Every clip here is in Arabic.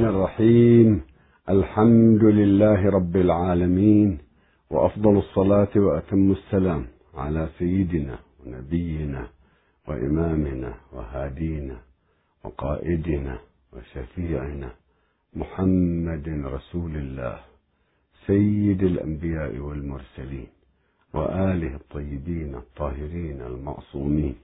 الرحمن الرحيم. الحمد لله رب العالمين، وأفضل الصلاة وأتم السلام على سيدنا ونبينا وإمامنا وهادينا وقائدنا وشفيعنا محمد رسول الله سيد الأنبياء والمرسلين وآله الطيبين الطاهرين المعصومين،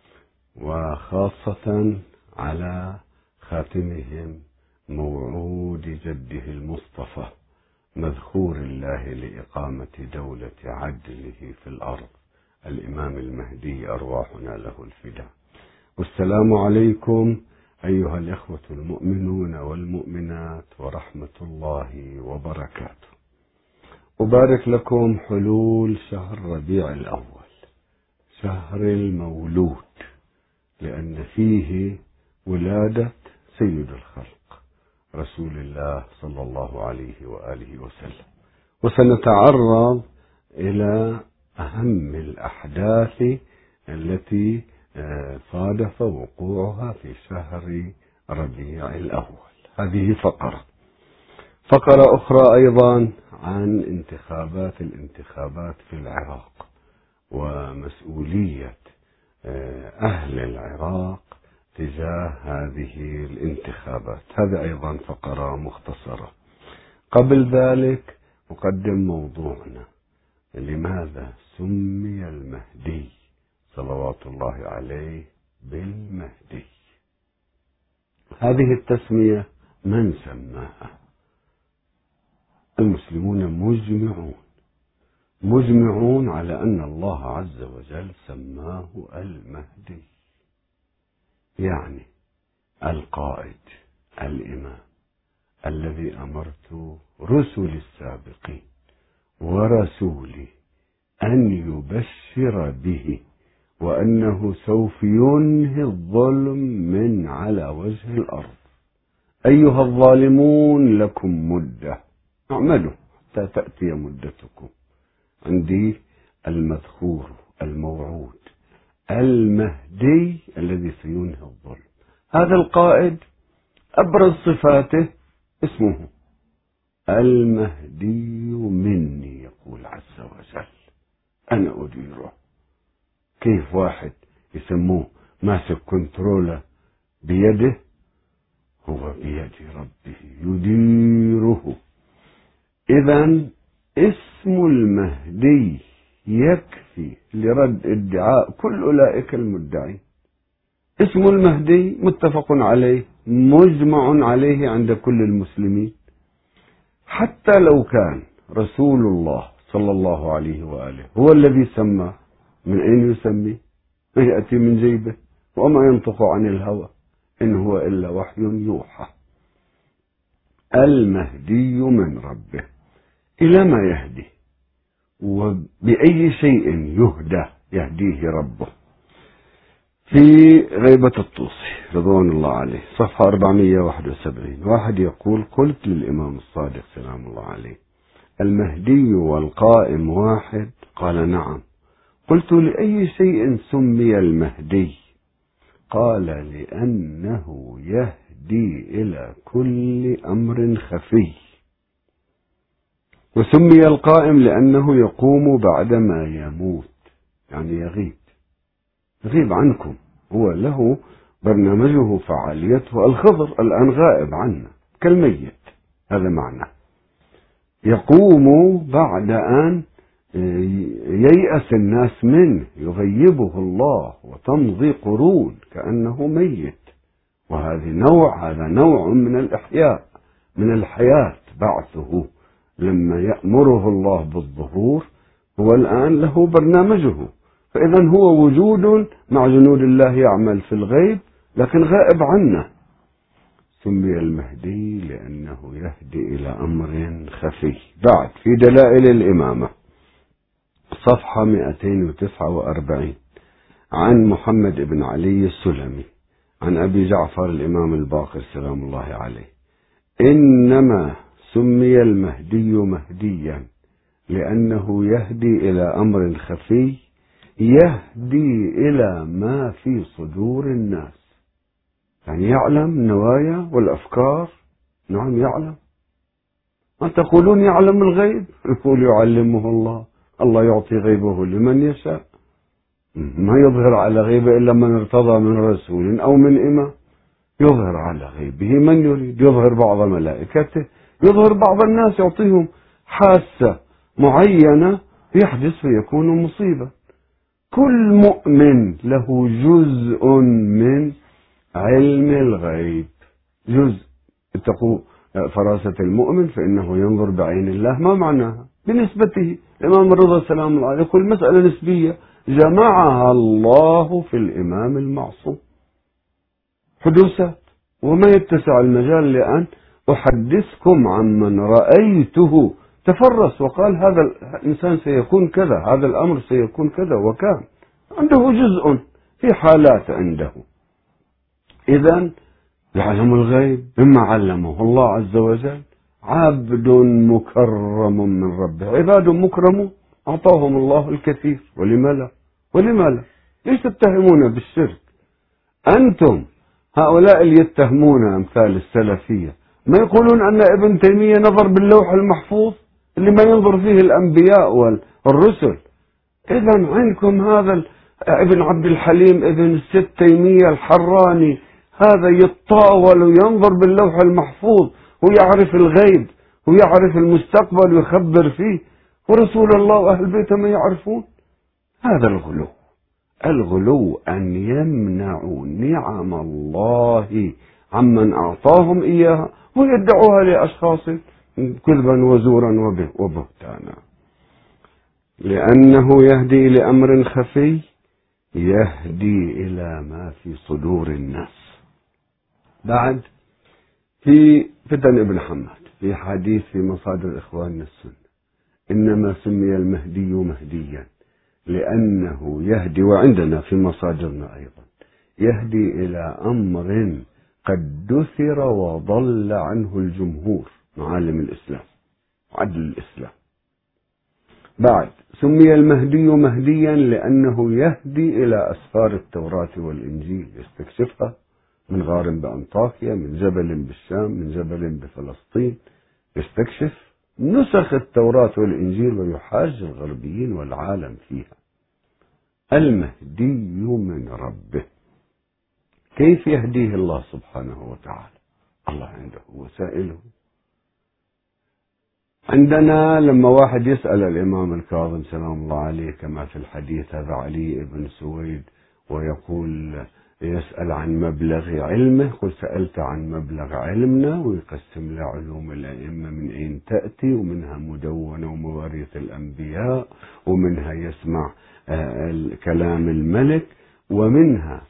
وخاصة على خاتمهم موعود جده المصطفى مذخور الله لإقامة دولة عدله في الأرض الإمام المهدي أرواحنا له الفداء. والسلام عليكم أيها الإخوة المؤمنون والمؤمنات ورحمة الله وبركاته. أبارك لكم حلول شهر ربيع الأول، شهر المولود، لأن فيه ولادة سيد الخلق رسول الله صلى الله عليه وآله وسلم. وسنتعرض إلى أهم الأحداث التي صادف وقوعها في شهر ربيع الأول. هذه فقرة أخرى أيضا عن الانتخابات في العراق ومسؤولية أهل العراق تجاه هذه الانتخابات. هذا أيضا فقرة مختصرة. قبل ذلك أقدم موضوعنا: لماذا سمي المهدي صلوات الله عليه بالمهدي؟ هذه التسمية من سماها؟ المسلمون مجمعون على أن الله عز وجل سماه المهدي، يعني القائد الإمام الذي أمرت رسل السابقين ورسولي أن يبشر به وأنه سوف ينهي الظلم من على وجه الأرض. أيها الظالمون لكم مدة، اعملوا حتى تأتي مدتكم. عندي المذخور الموعود المهدي الذي سينهي الظلم. هذا القائد أبرز صفاته اسمه المهدي مني، يقول عز وجل أنا أديره. كيف واحد يسموه ماسك كنترولة بيده؟ هو بيد ربه يديره. إذن اسم المهدي يكفي لرد ادعاء كل أولئك المدعين. اسم المهدي متفق عليه مجمع عليه عند كل المسلمين. حتى لو كان رسول الله صلى الله عليه وآله هو الذي سماه، من أين يسميه؟ ما يأتي من جيبه، وما ينطق عن الهوى إن هو إلا وحي يوحى. المهدي من ربه. إلى ما يهدي وبأي شيء يهديه ربه؟ في غيبة الطوسي رضوان الله عليه صفحة 471 واحد يقول: قلت للإمام الصادق سلام الله عليه: المهدي والقائم واحد؟ قال: نعم. قلت: لأي شيء سمي المهدي؟ قال: لأنه يهدي إلى كل أمر خفي. وسمي القائم لأنه يقوم بعدما يموت، يعني يغيب عنكم. هو له برنامجه فعاليته. الخضر الآن غائب عنا كالميت، هذا معنى. يقوم بعد أن ييأس الناس منه، يغيبه الله وتمضي قرون كأنه ميت. هذا نوع من الإحياء، من الحياة بعثه. لما يأمره الله بالظهور هو الآن له برنامجه، فإذا هو وجود مع جنود الله يعمل في الغيب لكن غائب عنا. سمي المهدي لأنه يهدي إلى أمر خفي. بعد في دلائل الإمامة صفحة 249 عن محمد بن علي السلمي عن أبي جعفر الإمام الباقر سلام الله عليه: إنما سمي المهدي مهديا لأنه يهدي إلى أمر خفي، يهدي إلى ما في صدور الناس. يعني يعلم النوايا والأفكار نعم يعلم. ما تقولون يعلم الغيب؟ يقول يعلمه الله. الله يعطي غيبه لمن يشاء، ما يظهر على غيبه إلا من ارتضى من رسول أو من إمام. يظهر على غيبه من يريد، يظهر بعض ملائكته، يظهر بعض الناس، يعطيهم حاسة معينة يحدث فيكون مصيبة. كل مؤمن له جزء من علم الغيب، جزء. اتقوا فراسة المؤمن فإنه ينظر بعين الله. ما معناها؟ بنسبته. الإمام الرضا سلام الله عليه يقول مسألة نسبية جمعها الله في الإمام المعصوم، حدوثات. وما يتسع المجال لأن أحدثكم عمن رأيته تفرس وقال هذا الإنسان سيكون كذا، هذا الأمر سيكون كذا، وكان عنده جزء في حالات عنده. إذن يعلم الغيب مما علمه الله عز وجل. عبد مكرم من ربه، عباد مكرمون أعطاهم الله الكثير. ولما لا؟ ولما لا؟ ليش تتهمون بالشرك؟ أنتم هؤلاء اللي يتهمون أمثال السلفية ما يقولون أن ابن تيمية نظر باللوح المحفوظ اللي ما ينظر فيه الأنبياء والرسل؟ إذن عندكم هذا ابن عبد الحليم ابن الست تيمية الحراني، هذا يتطاول وينظر باللوح المحفوظ ويعرف الغيب ويعرف المستقبل ويخبر فيه، ورسول الله وأهل بيته ما يعرفون. هذا الغلو. الغلو أن يمنعوا نعم الله عمن أعطاهم إياها ويدعوها لأشخاص كذبا وزورا وبهتانا. لأنه يهدي لأمر خفي يهدي إلى ما في صدور الناس. بعد في فتن ابن حماد في حديث في مصادر إخواننا السنة إنما سمي المهدي مهديا لأنه يهدي، وعندنا في مصادرنا أيضا، يهدي إلى أمر قد دثر وضل عنه الجمهور، معالم الإسلام وعدل الإسلام. بعد سمي المهدي مهديا لأنه يهدي إلى أسفار التوراة والإنجيل، يستكشفها من غار بأنطاكيا، من جبل بالشام، من جبل بفلسطين، يستكشف نسخ التوراة والإنجيل ويحاج الغربيين والعالم فيها. المهدي من ربه. كيف يهديه الله سبحانه وتعالى؟ الله عنده وسائله. عندنا لما واحد يسأل الإمام الكاظم سلام الله عليه كما في الحديث، هذا علي بن سويد، ويقول يسأل عن مبلغ علمه، قل سألت عن مبلغ علمنا، ويقسم له علوم الأئمة من أين تأتي، ومنها مدونة ومواريث الأنبياء، ومنها يسمع كلام الملك، ومنها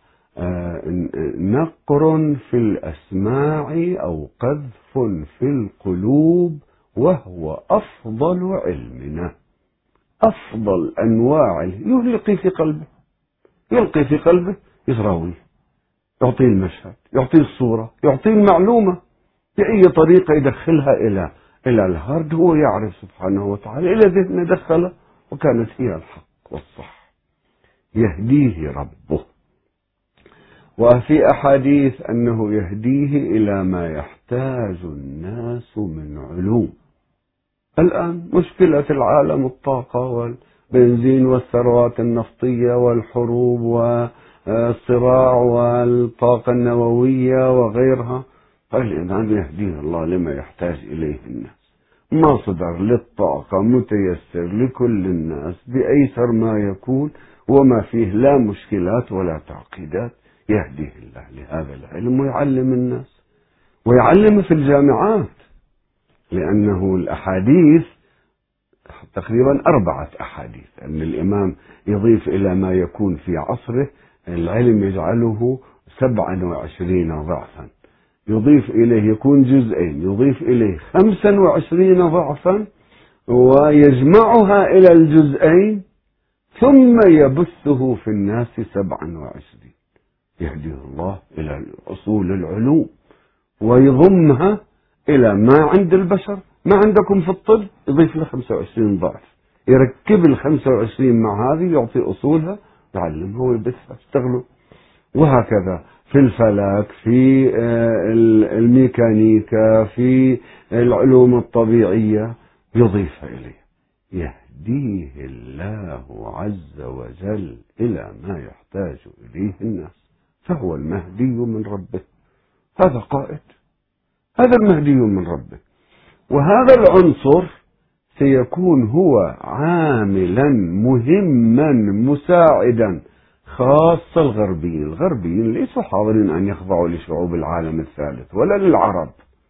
نقر في الأسماع أو قذف في القلوب، وهو أفضل علمنا. أفضل أنواع يلقي في قلبه، يلقي في قلبه، يسراوي، يعطيه المشهد، يعطيه الصورة، يعطيه المعلومة بأي طريقة يدخلها إلى الهارد. هو يعرف سبحانه وتعالى إلى ذهن دخله وكانت هي الحق والصح. يهديه ربه. وفي أحاديث أنه يهديه إلى ما يحتاج الناس من علوم. الآن مشكلة العالم الطاقة والبنزين والثروات النفطية والحروب والصراع والطاقة النووية وغيرها. فالإنسان يهديه الله لما يحتاج إليه الناس. مصدر للطاقة متيسر لكل الناس بأيسر ما يكون، وما فيه لا مشكلات ولا تعقيدات. يهديه الله لهذا العلم ويعلم الناس، ويعلم في الجامعات، لأنه الأحاديث تقريبا 4 أحاديث أن الإمام يضيف إلى ما يكون في عصره العلم يجعله 27 ضعفا، يضيف إليه يكون جزئين، يضيف إليه 25 ضعفا، ويجمعها إلى الجزئين ثم يبثه في الناس 27. يهديه الله إلى أصول العلوم ويضمها إلى ما عند البشر. ما عندكم في الطب يضيف له 25 ضعف، يركب 25 مع هذه، يعطي أصولها، يعلمها ويبثها، اشتغلوا. وهكذا في الفلك، في الميكانيكا، في العلوم الطبيعية، يضيف إليه. يهديه الله عز وجل إلى ما يحتاج إليه الناس، فهو المهدي من ربه. هذا قائد، هذا المهدي من ربه. وهذا العنصر سيكون هو عاملا مهما مساعدا، خاصة الغربيين ليسوا حاضرين أن يخضعوا لشعوب العالم الثالث ولا للعرب.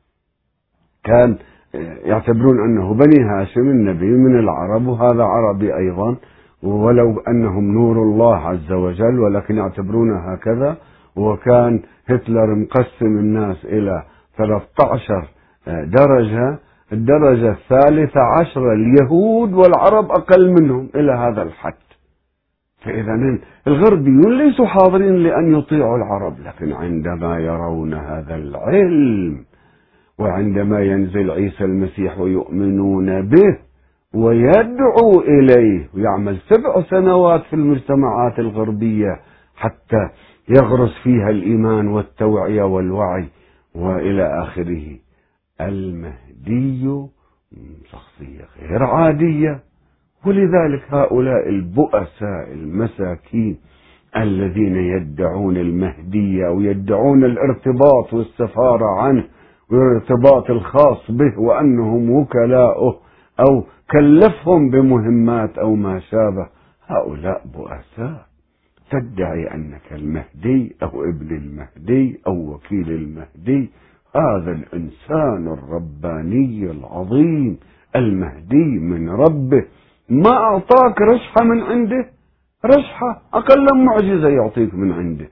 كان يعتبرون أنه بني هاشم النبي من العرب، وهذا عربي أيضا، ولو أنهم نور الله عز وجل، ولكن يعتبرون هكذا. وكان هتلر مقسم الناس إلى 13 درجة، الدرجة 13 اليهود، والعرب أقل منهم إلى هذا الحد. فإذا الغربيون ليسوا حاضرين لأن يطيعوا العرب، لكن عندما يرون هذا العلم، وعندما ينزل عيسى المسيح ويؤمنون به ويدعو إليه، ويعمل 7 سنوات في المجتمعات الغربية حتى يغرس فيها الإيمان والتوعية والوعي وإلى آخره. المهدي شخصية غير عادية، ولذلك هؤلاء البؤساء المساكين الذين يدعون المهدي ويدعون الارتباط والسفارة عنه والارتباط الخاص به، وأنهم وكلاؤه أو كلفهم بمهمات أو ما شابه، هؤلاء بؤساء. تدعي أنك المهدي أو ابن المهدي أو وكيل المهدي، هذا الإنسان الرباني العظيم المهدي من ربه، ما أعطاك رشحة من عنده، رشحة أقل معجزة يعطيك من عنده.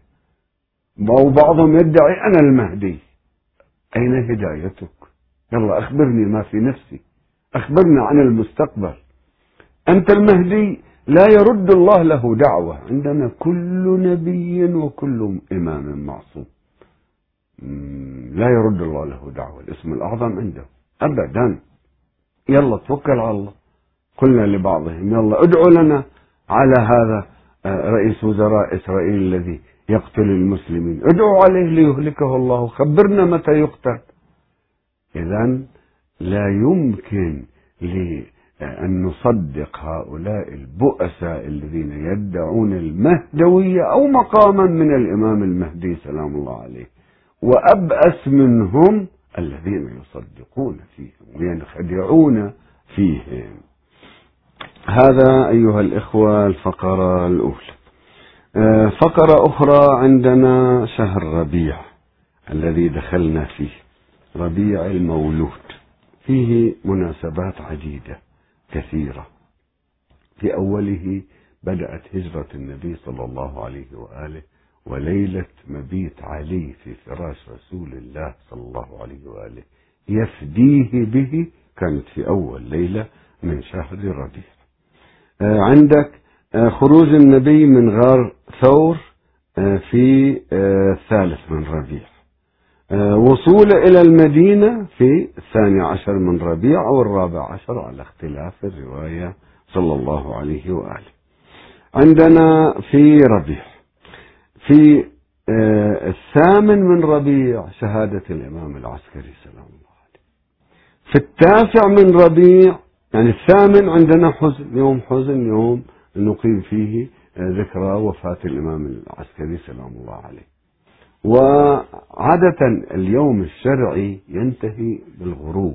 وبعضهم يدعي أنا المهدي. أين هدايتك؟ يلا أخبرني ما في نفسي، أخبرنا عن المستقبل. أنت المهدي، لا يرد الله له دعوة. عندنا كل نبي وكل إمام معصوم لا يرد الله له دعوة، الاسم الأعظم عنده أبدا. يلا توكل على الله. قلنا لبعضهم يلا ادعوا لنا على هذا رئيس وزراء إسرائيل الذي يقتل المسلمين، ادعوا عليه ليهلكه الله، خبرنا متى يقتل. إذن لا يمكن أن نصدق هؤلاء البؤساء الذين يدعون المهدوية أو مقاما من الإمام المهدي سلام الله عليه، وأبأس منهم الذين يصدقون فيهم وينخدعون فيهم. هذا أيها الإخوة الفقرة الأولى. فقرة أخرى عندنا شهر ربيع الذي دخلنا فيه، ربيع المولود، فيه مناسبات عديدة كثيرة. في أوله بدأت هجرة النبي صلى الله عليه وآله، وليلة مبيت علي في فراش رسول الله صلى الله عليه وآله يفديه به كانت في أول ليلة من شهر ربيع. عندك خروج النبي من غار ثور في 3 من ربيع، وصوله إلى المدينة في 12 من ربيع أو 14 على اختلاف الرواية صلى الله عليه وآله. عندنا في ربيع في 8 من ربيع شهادة الإمام العسكري سلام الله عليه. في 9 من ربيع يعني 8 عندنا حزن، يوم حزن، يوم نقيم فيه ذكرى وفاة الإمام العسكري سلام الله عليه. وعادة اليوم الشرعي ينتهي بالغروب،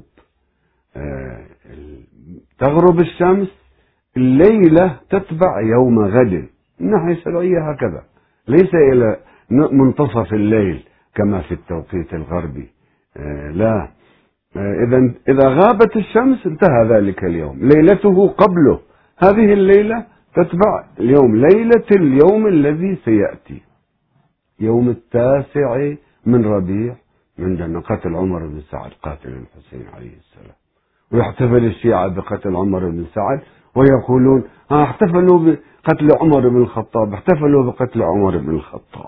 تغرب الشمس، الليلة تتبع يوم غد. الناحية الشرعية هكذا، ليس إلى منتصف الليل كما في التوقيت الغربي، لا. إذا غابت الشمس انتهى ذلك اليوم، ليلته قبله، هذه الليلة تتبع اليوم، ليلة اليوم الذي سيأتي يوم 9 من ربيع. عندنا قتل عمر بن سعد قاتل الحسين عليه السلام، ويحتفل الشيعة بقتل عمر بن سعد ويقولون احتفلوا بقتل عمر بن الخطاب، احتفلوا بقتل عمر بن الخطاب.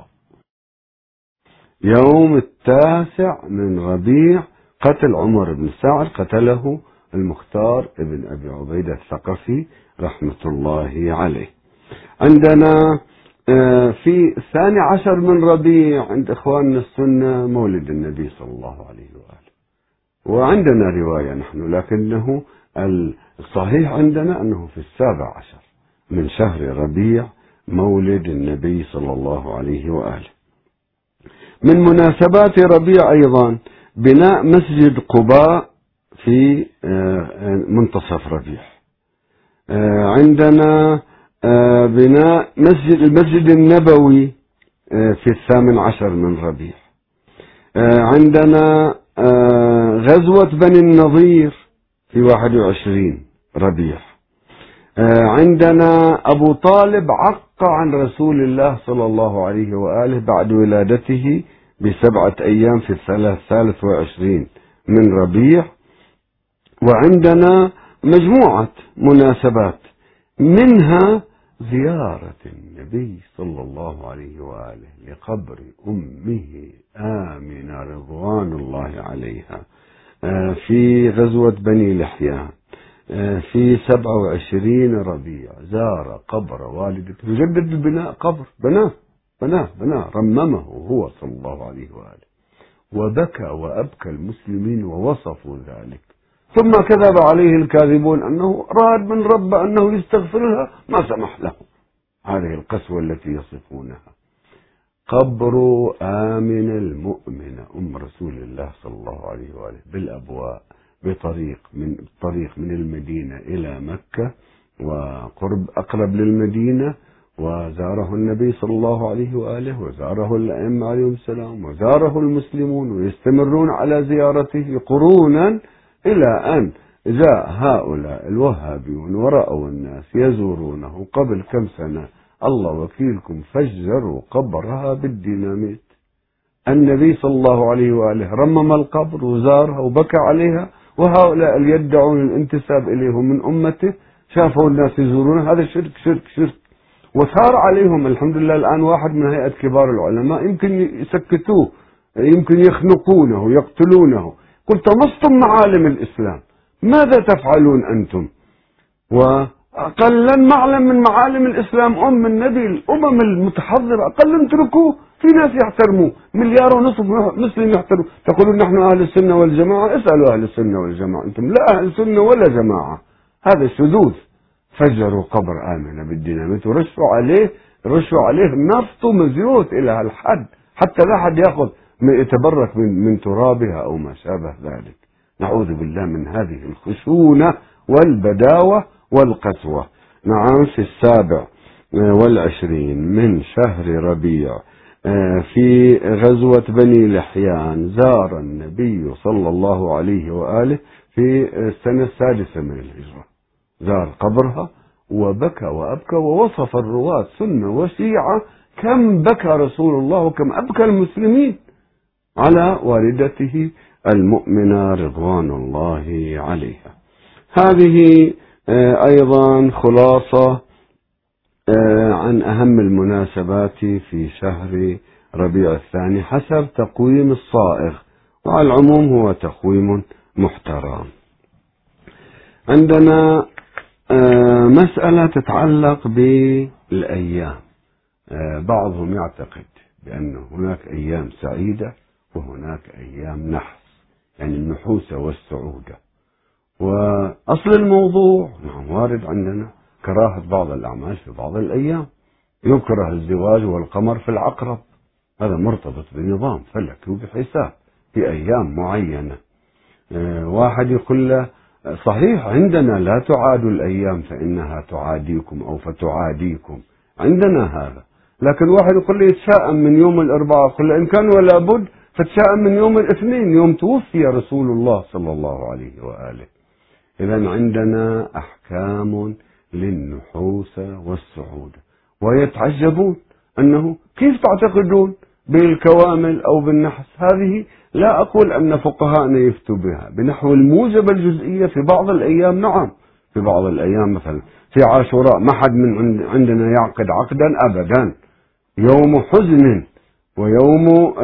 يوم 9 من ربيع قتل عمر بن سعد، قتله المختار ابن أبي عبيدة الثقفي رحمة الله عليه. عندنا في 12 من ربيع عند إخواننا السنة مولد النبي صلى الله عليه وآله. وعندنا رواية نحن، لكنه الصحيح عندنا أنه في 17 من شهر ربيع مولد النبي صلى الله عليه وآله. من مناسبات ربيع أيضا بناء مسجد قباء في منتصف ربيع. عندنا بناء المسجد النبوي في 18 من ربيع. عندنا غزوة بني النضير في 21 ربيع. عندنا أبو طالب عق عن رسول الله صلى الله عليه وآله بعد ولادته ب7 أيام في 23 من ربيع. وعندنا مجموعة مناسبات، منها زيارة النبي صلى الله عليه وآله لقبر أمه آمنة رضوان الله عليها في غزوة بني لحيان في 27 ربيع. زار قبر والدته، يجدد البناء، قبر بناه رممه هو صلى الله عليه وآله، وبكى وأبكى المسلمين ووصفوا ذلك. ثم كذب عليه الكاذبون أنه راد من رب أنه يستغفر لها، ما سمح له. هذه القسوة التي يصفونها. قبر آمنة المؤمنة أم رسول الله صلى الله عليه وآله بالأبواء، بطريق من المدينة إلى مكة، أقرب للمدينة. وزاره النبي صلى الله عليه وآله، وزاره الأئمة عليهم السلام، وزاره المسلمون، ويستمرون على زيارته قرونا، إلى أن جاء هؤلاء الوهابيون ورأوا الناس يزورونه قبل كم سنة، الله وكيلكم، فجروا قبرها بالديناميت. النبي صلى الله عليه وآله رمم القبر وزارها وبكى عليها، وهؤلاء اللي يدعون الانتساب إليه من أمته شافوا الناس يزورونه. هذا شرك. وثار عليهم الحمد لله الآن واحد من هيئة كبار العلماء، يمكن يسكتوه، يمكن يخنقونه، يقتلونه. قل طمستم معالم الإسلام، ماذا تفعلون أنتم؟ وأقلا معلم من معالم الإسلام أم النبي، الأمم المتحضرة أقل اتركوه، في ناس يحترموه، 1.5 مليار مسلم يحترموه. تقولون نحن أهل السنة والجماعة، اسألوا أهل السنة والجماعة، أنتم لا أهل سنة ولا جماعة، هذا شذوذ. فجروا قبر آمنة بالديناميت ورشوا عليه نفط ومزيوت إلى هالحد، حتى لا أحد يأخذ يتبرك من ترابها أو ما شابه ذلك. نعوذ بالله من هذه الخشونة والبداوة والقسوة. نعم، في 27 من شهر ربيع في غزوة بني لحيان زار النبي صلى الله عليه وآله في السنة 6 من الهجرة، زار قبرها وبكى وأبكى، ووصف الرواة سنة وشيعة كم بكى رسول الله وكم أبكى المسلمين على والدته المؤمنة رضوان الله عليها. هذه أيضا خلاصة عن أهم المناسبات في شهر ربيع الثاني حسب تقويم الصائغ، وعلى العموم هو تقويم محترم. عندنا مسألة تتعلق بالأيام. بعضهم يعتقد بأن هناك أيام سعيدة وهناك أيام نحس، يعني النحوسة والسعودة. وأصل الموضوع نعم وارد عندنا كراهة بعض الأعمال في بعض الأيام. يكره الزواج والقمر في العقرب، هذا مرتبط بنظام فلكي وبحساب في أيام معينة. واحد يقول له صحيح عندنا لا تعاد الأيام فإنها تعاديكم أو فتعاديكم، عندنا هذا. لكن واحد يقول لي يتشائم من يوم الأربعاء، يقول له إن كان ولا بد فتشائم من يوم الاثنين، يوم توفي رسول الله صلى الله عليه وآله. إذن عندنا أحكام للنحوسة والسعودة، ويتعجبون أنه كيف تعتقدون بالكوامل أو بالنحس. هذه لا أقول أن فقهاءنا يفتوا بها بنحو الموجبة الجزئية في بعض الأيام. نعم، في بعض الأيام مثلا في عاشوراء ما حد من عندنا يعقد عقدا أبدا، يوم حزن ويوم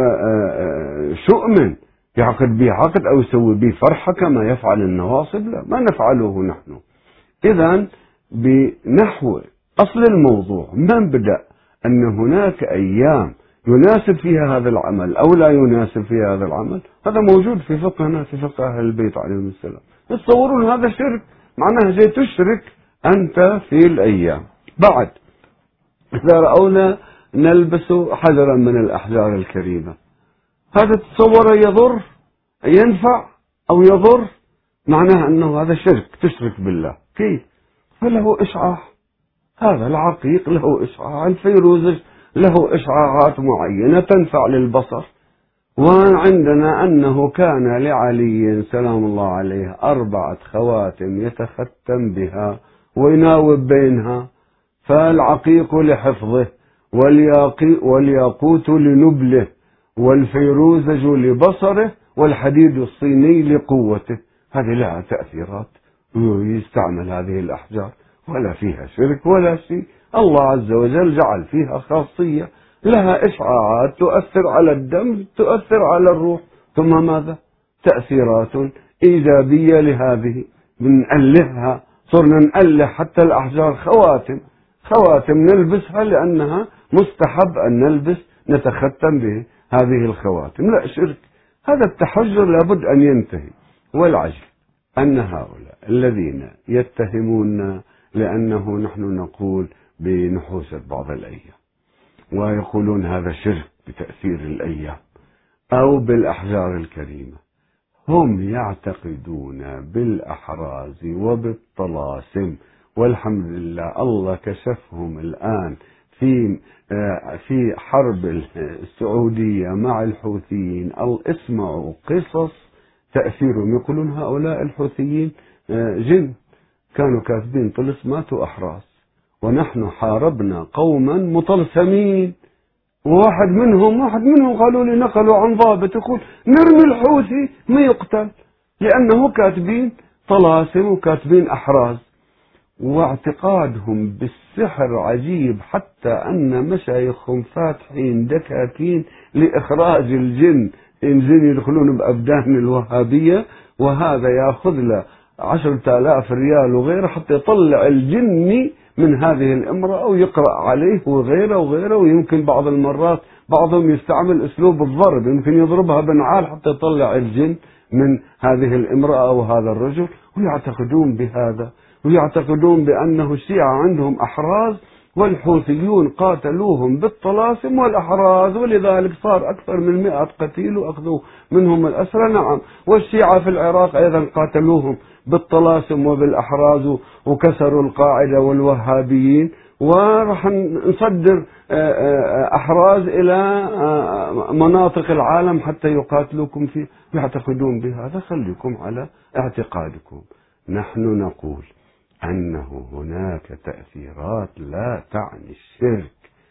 شؤم يعقد به عقد أو يسوي به فرحة كما يفعل النواصب، لا ما نفعله نحن. إذن بنحو أصل الموضوع من بدأ أن هناك أيام يناسب فيها هذا العمل أو لا يناسب فيها هذا العمل، هذا موجود في فقهنا، في فقه أهل البيت عليهم السلام. يتصورون هذا شرك، معناها جاي تشرك أنت في الأيام. بعد إذا رأونا نلبس حجرا من الأحجار الكريمة، هذا تصور يضر، ينفع أو يضر، معناها أنه هذا شرك، تشرك بالله. كيف؟ فله إشعاع، هذا العقيق له إشعاع، الفيروز له إشعاعات معينة تنفع للبصر. وعندنا أنه كان لعلي سلام الله عليه 4 خواتم يتختم بها ويناوب بينها، فالعقيق لحفظه، والياقوت لنبله، والفيروزج لبصره، والحديد الصيني لقوته. هذه لها تأثيرات، ويستعمل هذه الأحجار ولا فيها شرك ولا شيء. الله عز وجل جعل فيها خاصية، لها إشعاعات تؤثر على الدم، تؤثر على الروح، ثم ماذا؟ تأثيرات إيجابية لهذه. بنألهها، صرنا نأله حتى الأحجار خواتم نلبسها لأنها مستحب أن نلبس، نتختم بهذه الخواتم. لا شرك، هذا التحجر لابد أن ينتهي. والعجب أن هؤلاء الذين يتهمون لأنه نحن نقول بنحوسة بعض الأيام، ويقولون هذا شرك بتأثير الأيام أو بالأحجار الكريمة، هم يعتقدون بالأحراز وبالطلاسم. والحمد لله الله كشفهم الآن في حرب السعودية مع الحوثيين. اسمعوا قصص تأثيرهم. يقولون هؤلاء الحوثيين جن، كانوا كاتبين طلسمات وأحراز، ونحن حاربنا قوما مطلسمين. وواحد منهم قالوا لي، نقلوا عن ضابط يقول نرمي الحوثي ما يقتل لأنه كاتبين طلاسم وكاتبين أحراز. واعتقادهم بالسحر عجيب، حتى أن مشايخهم فاتحين دكاكين لإخراج الجن، الجن يدخلون بأبدان الوهابية، وهذا يأخذ له 10,000 ريال وغيره حتى يطلع الجن من هذه الامرأة ويقرأ عليه وغيره. ويمكن بعض المرات بعضهم يستعمل أسلوب الضرب، يمكن يضربها بنعال حتى يطلع الجن من هذه الامرأة وهذا الرجل. ويعتقدون بهذا، ويعتقدون بأنه الشيعة عندهم أحراز، والحوثيون قاتلوهم بالطلاسم والأحراز، ولذلك صار أكثر من 100 قتيل وأخذوا منهم الأسرى. نعم، والشيعة في العراق أيضا قاتلوهم بالطلاسم وبالأحراز وكسروا القاعدة والوهابيين، ورح نصدر أحراز إلى مناطق العالم حتى يقاتلوكم فيه. يعتقدون بهذا، خليكم على اعتقادكم. نحن نقول أنه هناك تأثيرات لا تعني الشرك،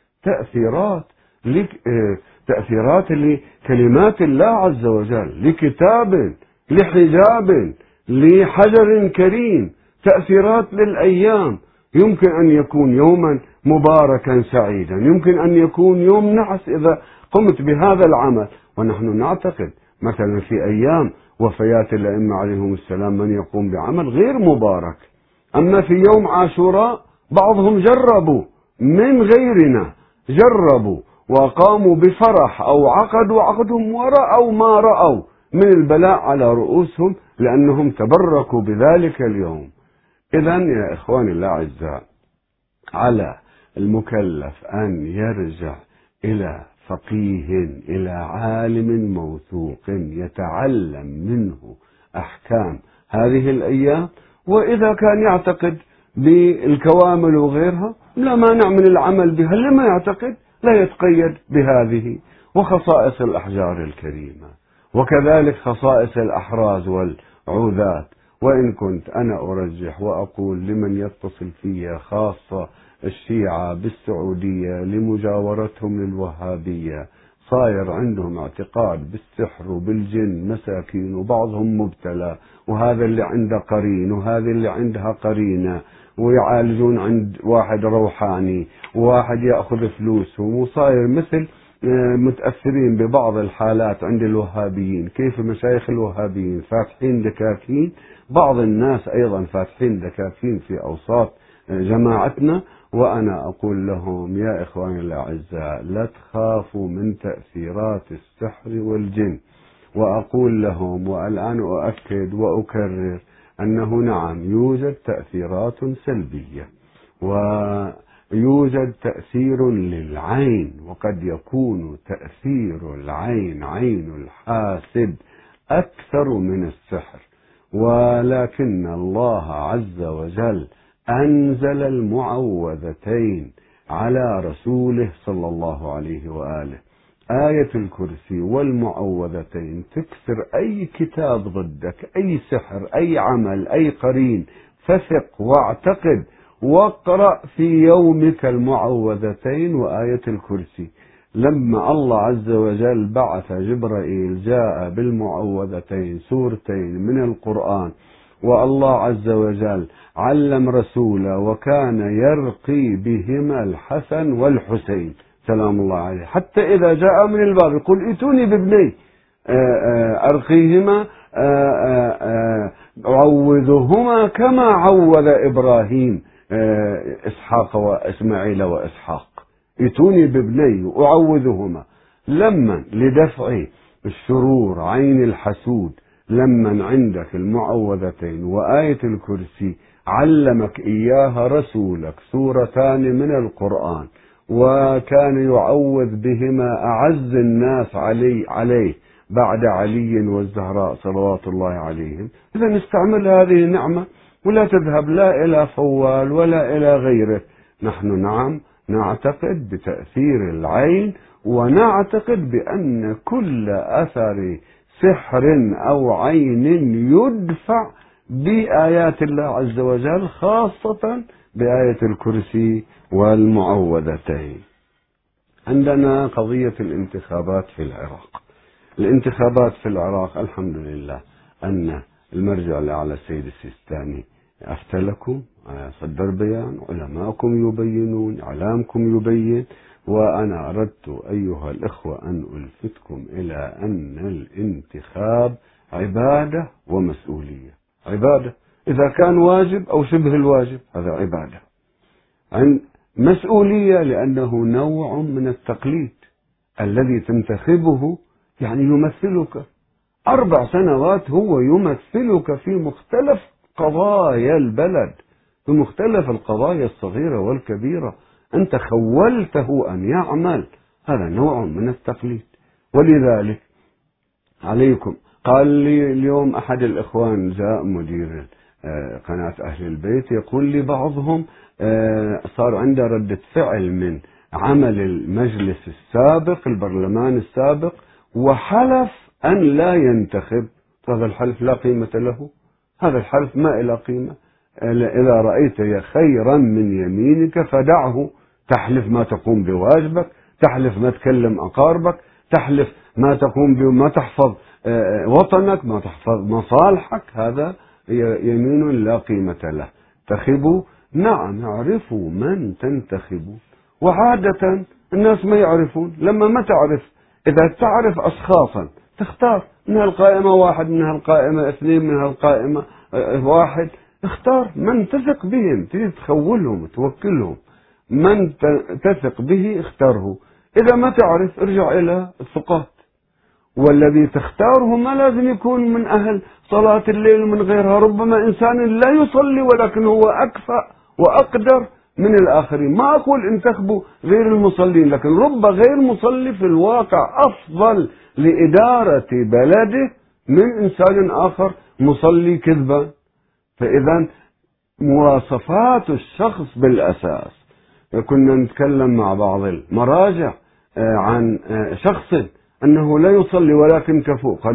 تأثيرات لكلمات الله عز وجل، لكتاب، لحجاب، لحجر كريم، تأثيرات للأيام. يمكن أن يكون يوما مباركا سعيدا، يمكن أن يكون يوم نحس إذا قمت بهذا العمل. ونحن نعتقد مثلا في أيام وفيات الأئمة عليهم السلام من يقوم بعمل غير مبارك. أما في يوم عاشوراء بعضهم جربوا من غيرنا، جربوا وقاموا بفرح أو عقدوا عقدهم ورأوا ما رأوا من البلاء على رؤوسهم لأنهم تبركوا بذلك اليوم. إذن يا إخواني الأعزاء، على المكلف أن يرجع إلى فقيه، إلى عالم موثوق يتعلم منه أحكام هذه الأيام. وإذا كان يعتقد بالكوامل وغيرها لا مانع من العمل بها، لما يعتقد لا يتقيد بهذه. وخصائص الأحجار الكريمة، وكذلك خصائص الأحراز والعوذات. وإن كنت أنا أرجح وأقول لمن يتصل فيها خاصة الشيعة بالسعودية لمجاورتهم للوهابية، صاير عندهم اعتقاد بالسحر وبالجن مساكين، وبعضهم مبتلى، وهذا اللي عنده قرين وهذه اللي عندها قرينة، ويعالجون عند واحد روحاني وواحد يأخذ فلوسهم، وصاير مثل متأثرين ببعض الحالات عند الوهابيين. كيف مشايخ الوهابيين فاتحين دكاكين، بعض الناس أيضا فاتحين دكاكين في أوساط جماعتنا، وأنا أقول لهم يا إخواني الأعزاء لا تخافوا من تأثيرات السحر والجن، وأقول لهم والآن أؤكد وأكرر أنه نعم يوجد تأثيرات سلبية ويوجد تأثير للعين، وقد يكون تأثير العين عين الحاسد أكثر من السحر، ولكن الله عز وجل أنزل المعوذتين على رسوله صلى الله عليه وآله. آية الكرسي والمعوذتين تكسر أي كتاب ضدك، أي سحر، أي عمل، أي قرين، فثق واعتقد واقرأ في يومك المعوذتين وآية الكرسي. لما الله عز وجل بعث جبرائيل جاء بالمعوذتين سورتين من القرآن، والله عز وجل علم رسوله وكان يرقي بهما الحسن والحسين سلام الله عليه، حتى إذا جاء من الباب يقول ائتوني بابني أرقيهما أعوذهما كما عوذ إبراهيم إسحاق وإسماعيل وإسحاق، ائتوني بابني أعوذهما. لما لدفع الشرور عين الحسود، لما عندك المعوذتين وآية الكرسي علمك إياها رسولك سورتان من القرآن، وكان يعوذ بهما أعز الناس عليه بعد علي والزهراء صلوات الله عليهم. إذا نستعمل هذه النعمة ولا تذهب لا إلى فوال ولا إلى غيره. نحن نعم نعتقد بتأثير العين، ونعتقد بأن كل أثر سحر أو عين يدفع بآيات الله عز وجل، خاصة بآية الكرسي والمعوذتين. عندنا قضية الانتخابات في العراق. الانتخابات في العراق الحمد لله أن المرجع الأعلى السيد السيستاني أفتى لكم، صدر بيان، علماءكم يبينون، إعلامكم يبين، وأنا أردت أيها الإخوة أن ألفتكم إلى أن الانتخاب عبادة ومسؤولية. عبادة إذا كان واجب أو شبه الواجب هذا عبادة، عن مسؤولية لأنه نوع من التقليد. الذي تنتخبه يعني يمثلك 4 سنوات، هو يمثلك في مختلف قضايا البلد، في مختلف القضايا الصغيرة والكبيرة، أنت خولته أن يعمل، هذا نوع من التقليد. ولذلك عليكم، قال لي اليوم أحد الإخوان جاء مدير قناة أهل البيت يقول لي بعضهم صار عنده ردة فعل من عمل المجلس السابق البرلمان السابق وحلف أن لا ينتخب. هذا الحلف لا قيمة له، هذا الحلف ما له قيمة. إذا رأيت خيرا من يمينك فدعه، تحلف ما تقوم بواجبك، تحلف ما تكلم أقاربك، تحلف ما تقوم بما تحفظ وطنك، ما تحفظ مصالحك، هذا يمين لا قيمة له. انتخبوا، نعم اعرفوا من تنتخبوا، وعادة الناس ما يعرفون. لما ما تعرف، إذا تعرف أشخاصا تختار من هالقائمة 1، من هالقائمة 2، من هالقائمة 1، اختار من تثق بهم، تريد تخولهم توكلهم، من تثق به اختاره. إذا ما تعرف ارجع إلى الثقات، والذي تختاره ما لازم يكون من أهل صلاة الليل من غيرها، ربما إنسان لا يصلي ولكن هو أكفأ وأقدر من الآخرين. ما أقول انتخبوا غير المصلين، لكن رب غير مصلي في الواقع أفضل لإدارة بلده من إنسان آخر مصلي كذبا. فإذا مواصفات الشخص بالأساس. كنا نتكلم مع بعض المراجع عن شخص أنه لا يصلي ولكن كفؤ، قال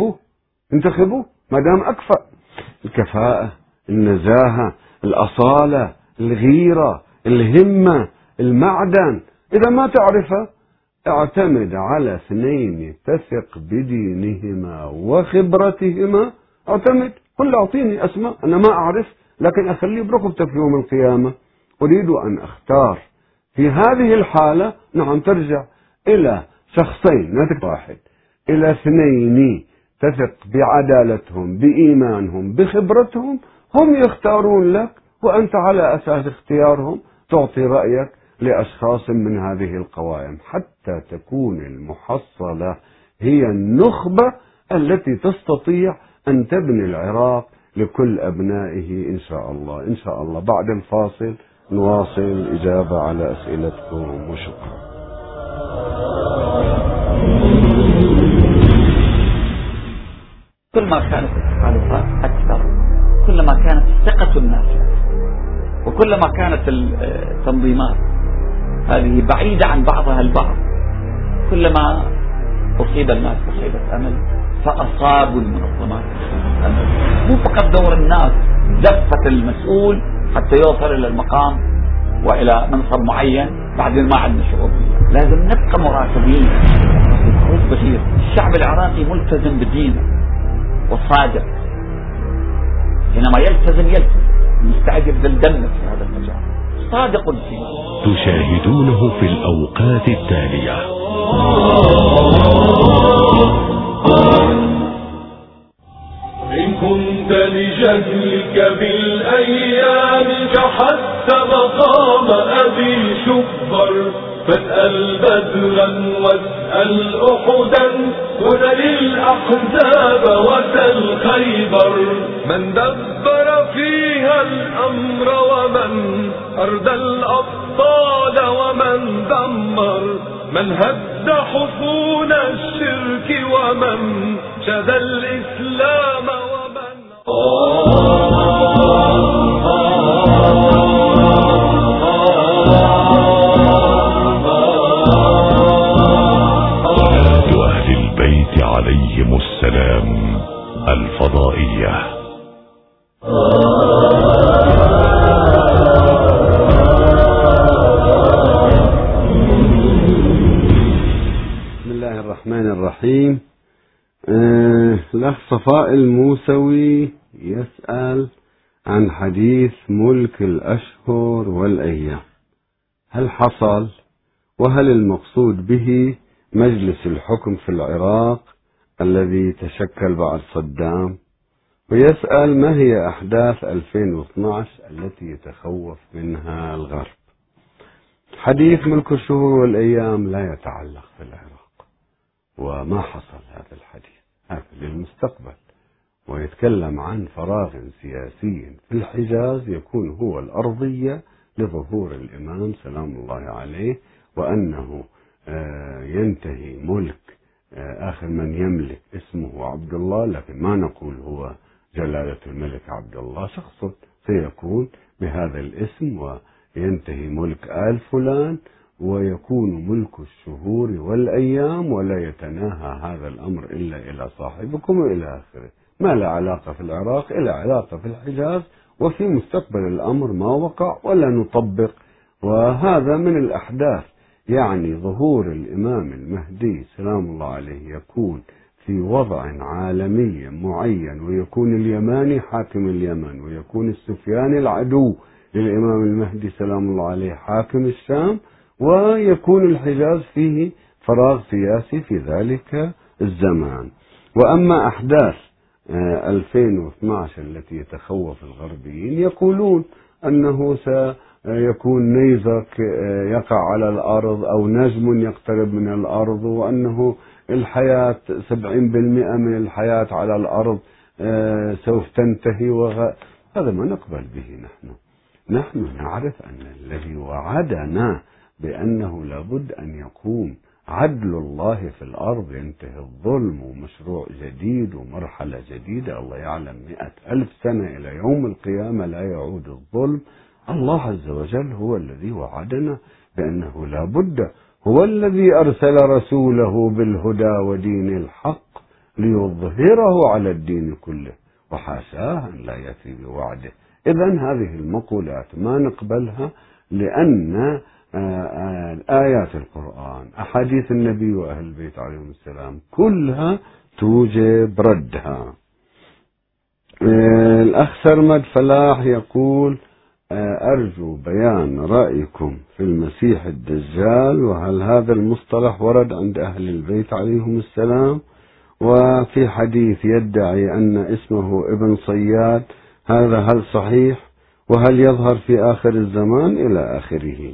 انتخبوه ما دام أكفأ. الكفاءة، النزاهة، الأصالة، الغيرة، الهمة، المعدن. إذا ما تعرفه اعتمد على 2 تثق بدينهما وخبرتهما، اعتمد، قل أعطيني أسماء، أنا ما أعرف لكن أخليه برقبتك في يوم القيامة، أريد أن أختار. في هذه الحالة نعم ترجع إلى شخصين، لا تكون واحد، إلى 2 تثق بعدالتهم، بإيمانهم، بخبرتهم، هم يختارون لك وأنت على أساس اختيارهم تعطي رأيك لأشخاص من هذه القوائم حتى تكون المحصلة هي النخبة التي تستطيع أن تبني العراق لكل أبنائه إن شاء الله. إن شاء الله بعد الفاصل نواصل الإجابة على أسئلتكم، وشكرا. كل ما كانت التحالفات أكثر كلما كانت ثقة الناس وكلما كانت التنظيمات هذه بعيدة عن بعضها البعض كلما أصيب الناس مصيبة أمل فأصابوا المنظمات أمل. مو فقط دور الناس دفة المسؤول حتى يوصل إلى المقام وإلى منصب معين بعدين ما عندنا شعور فيه. لازم نبقى مراقبين بصير. الشعب العراقي ملتزم بدينه وصادق، حينما يلتزم مستعد يبذل دمه في هذا المجال، صادق فيه. تشاهدونه في الأوقات التالية. إن كنت لجهلك بالأيام جحدت مقام أبي شبر فاسأل بدرا واسأل أحدا ونل الأحزاب وسل خيبر. من دبر فيها الأمر ومن أردى الأبطال ومن دمر، من هد حصون الشرك ومن شد الإسلام ومن أهل البيت عليهم السلام الفضائية. بسم الله الرحمن الرحيم. الأخ صفاء الموسوي يسأل عن حديث ملك الأشهر والأيام، هل حصل؟ وهل المقصود به مجلس الحكم في العراق الذي تشكل بعد صدام؟ ويسأل ما هي أحداث 2012 التي يتخوف منها الغرب؟ حديث ملك الشهور والأيام لا يتعلق في العراق، وما حصل هذا الحديث، هذا للمستقبل، ويتكلم عن فراغ سياسي في الحجاز يكون هو الأرضية لظهور الإمام سلام الله عليه، وأنه ينتهي ملك آخر من يملك اسمه عبد الله، لكن ما نقول هو جلالة الملك عبد الله، شخص سيكون بهذا الاسم وينتهي ملك آل فلان ويكون ملك الشهور والأيام، ولا يتناهى هذا الأمر إلا إلى صاحبكم وإلى آخره. ما لا علاقة في العراق إلا علاقة في الحجاز، وفي مستقبل الأمر ما وقع ولا نطبق. وهذا من الأحداث، يعني ظهور الإمام المهدي سلام الله عليه يكون في وضع عالمي معين، ويكون اليماني حاكم اليمن، ويكون السفياني العدو للإمام المهدي سلام الله عليه حاكم الشام، ويكون الحجاز فيه فراغ سياسي في ذلك الزمان. وأما أحداث 2012 التي يتخوف الغربيين، يقولون أنه سيكون نيزك يقع على الأرض أو نجم يقترب من الأرض، وأنه الحياة 70% من الحياة على الأرض سوف تنتهي، هذا ما نقبل به. نحن نعرف أن الذي وعدنا بأنه لابد أن يقوم عدل الله في الأرض، ينتهي الظلم ومشروع جديد ومرحلة جديدة. الله يعلم 100,000 سنة إلى يوم القيامة لا يعود الظلم. الله عز وجل هو الذي وعدنا بأنه لابد، هو الذي أرسل رسوله بالهدى ودين الحق ليظهره على الدين كله، وحاشاه أن لا يفي بوعده. إذن هذه المقولات ما نقبلها، لأن آيات القرآن، أحاديث النبي وأهل البيت عليهم السلام كلها توجب ردها. الأخ سرمد فلاح يقول أرجو بيان رأيكم في المسيح الدجال، وهل هذا المصطلح ورد عند أهل البيت عليهم السلام؟ وفي حديث يدعي أن اسمه ابن صياد، هذا هل صحيح؟ وهل يظهر في آخر الزمان إلى آخره.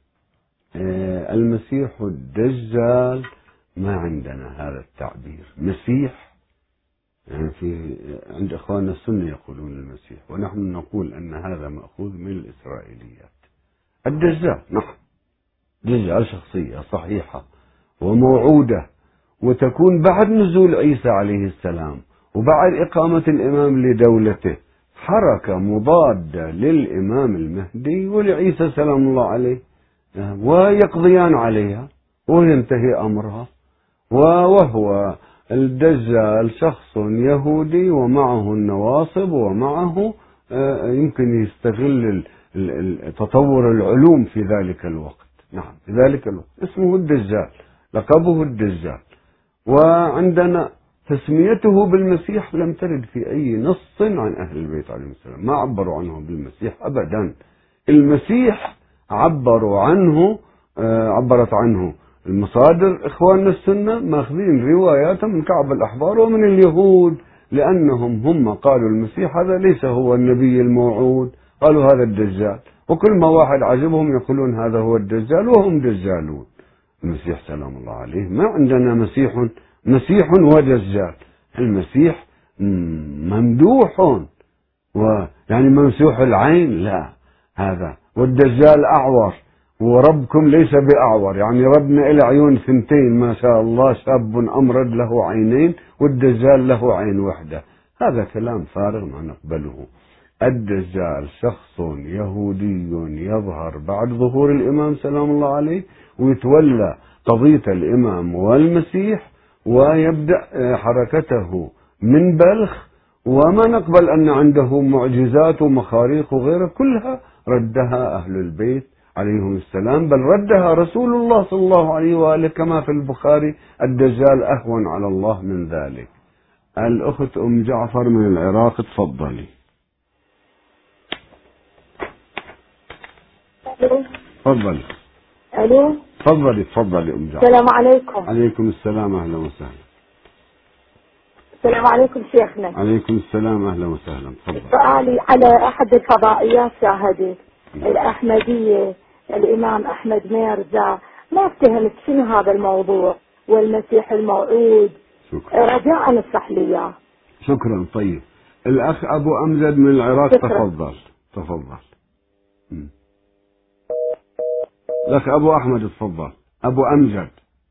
المسيح الدجال ما عندنا هذا التعبير مسيح، يعني عند إخواننا السنة يقولون المسيح، ونحن نقول أن هذا مأخوذ من الإسرائيليات. الدجال نعم، دجال شخصية صحيحة وموعودة، وتكون بعد نزول عيسى عليه السلام وبعد إقامة الإمام لدولته، حركة مضادة للإمام المهدي ولعيسى سلام الله عليه، ويقضيان عليها وينتهي أمرها. وهو الدجال شخص يهودي ومعه النواصب، ومعه يمكن يستغل تطور العلوم في ذلك الوقت. نعم في ذلك الوقت اسمه الدجال، لقبه الدجال. وعندنا تسميته بالمسيح لم ترد في أي نص عن أهل البيت عليهم السلام، ما عبروا عنه بالمسيح أبدا. المسيح عبرت عنه المصادر إخواننا السنة، ماخذين روايات من كعب الأحبار ومن اليهود، لأنهم هم قالوا المسيح هذا ليس هو النبي الموعود، قالوا هذا الدجال، وكل ما واحد عجبهم يقولون هذا هو الدجال وهم دجالون. المسيح سلام الله عليه ما عندنا مسيح ودجال. المسيح ممدوح ويعني ممسوح العين، لا هذا، والدجال أعور، وربكم ليس بأعور، يعني ربنا إلى عيون ثنتين ما شاء الله، شاب أمرد له عينين والدجال له عين واحدة. هذا كلام فارغ ما نقبله. الدجال شخص يهودي يظهر بعد ظهور الإمام سلام الله عليه، ويتولى قضية الإمام والمسيح، ويبدأ حركته من بلخ، وما نقبل أن عنده معجزات ومخاريق وغيره، كلها ردها أهل البيت عليهم السلام، بل ردها رسول الله صلى الله عليه وآله كما في البخاري: الدجال أهون على الله من ذلك. الأخت أم جعفر من العراق، تفضلي. تفضلي. الو تفضلي أم جعفر. السلام عليكم. عليكم السلام، أهلا وسهلا. السلام عليكم شيخنا. عليكم السلام، أهلا وسهلا. تفضل. سؤالي على أحد الفضائيات شاهدت الأحمدية، الإمام أحمد ميرزا، ما افتهمت شنو هذا الموضوع والمسيح الموعود. شكرا. رجاء اصلح لي اياه. شكرا. طيب الأخ أبو أمجد من العراق، شكرا. تفضل. الأخ أبو أحمد تفضل. أبو أمجد.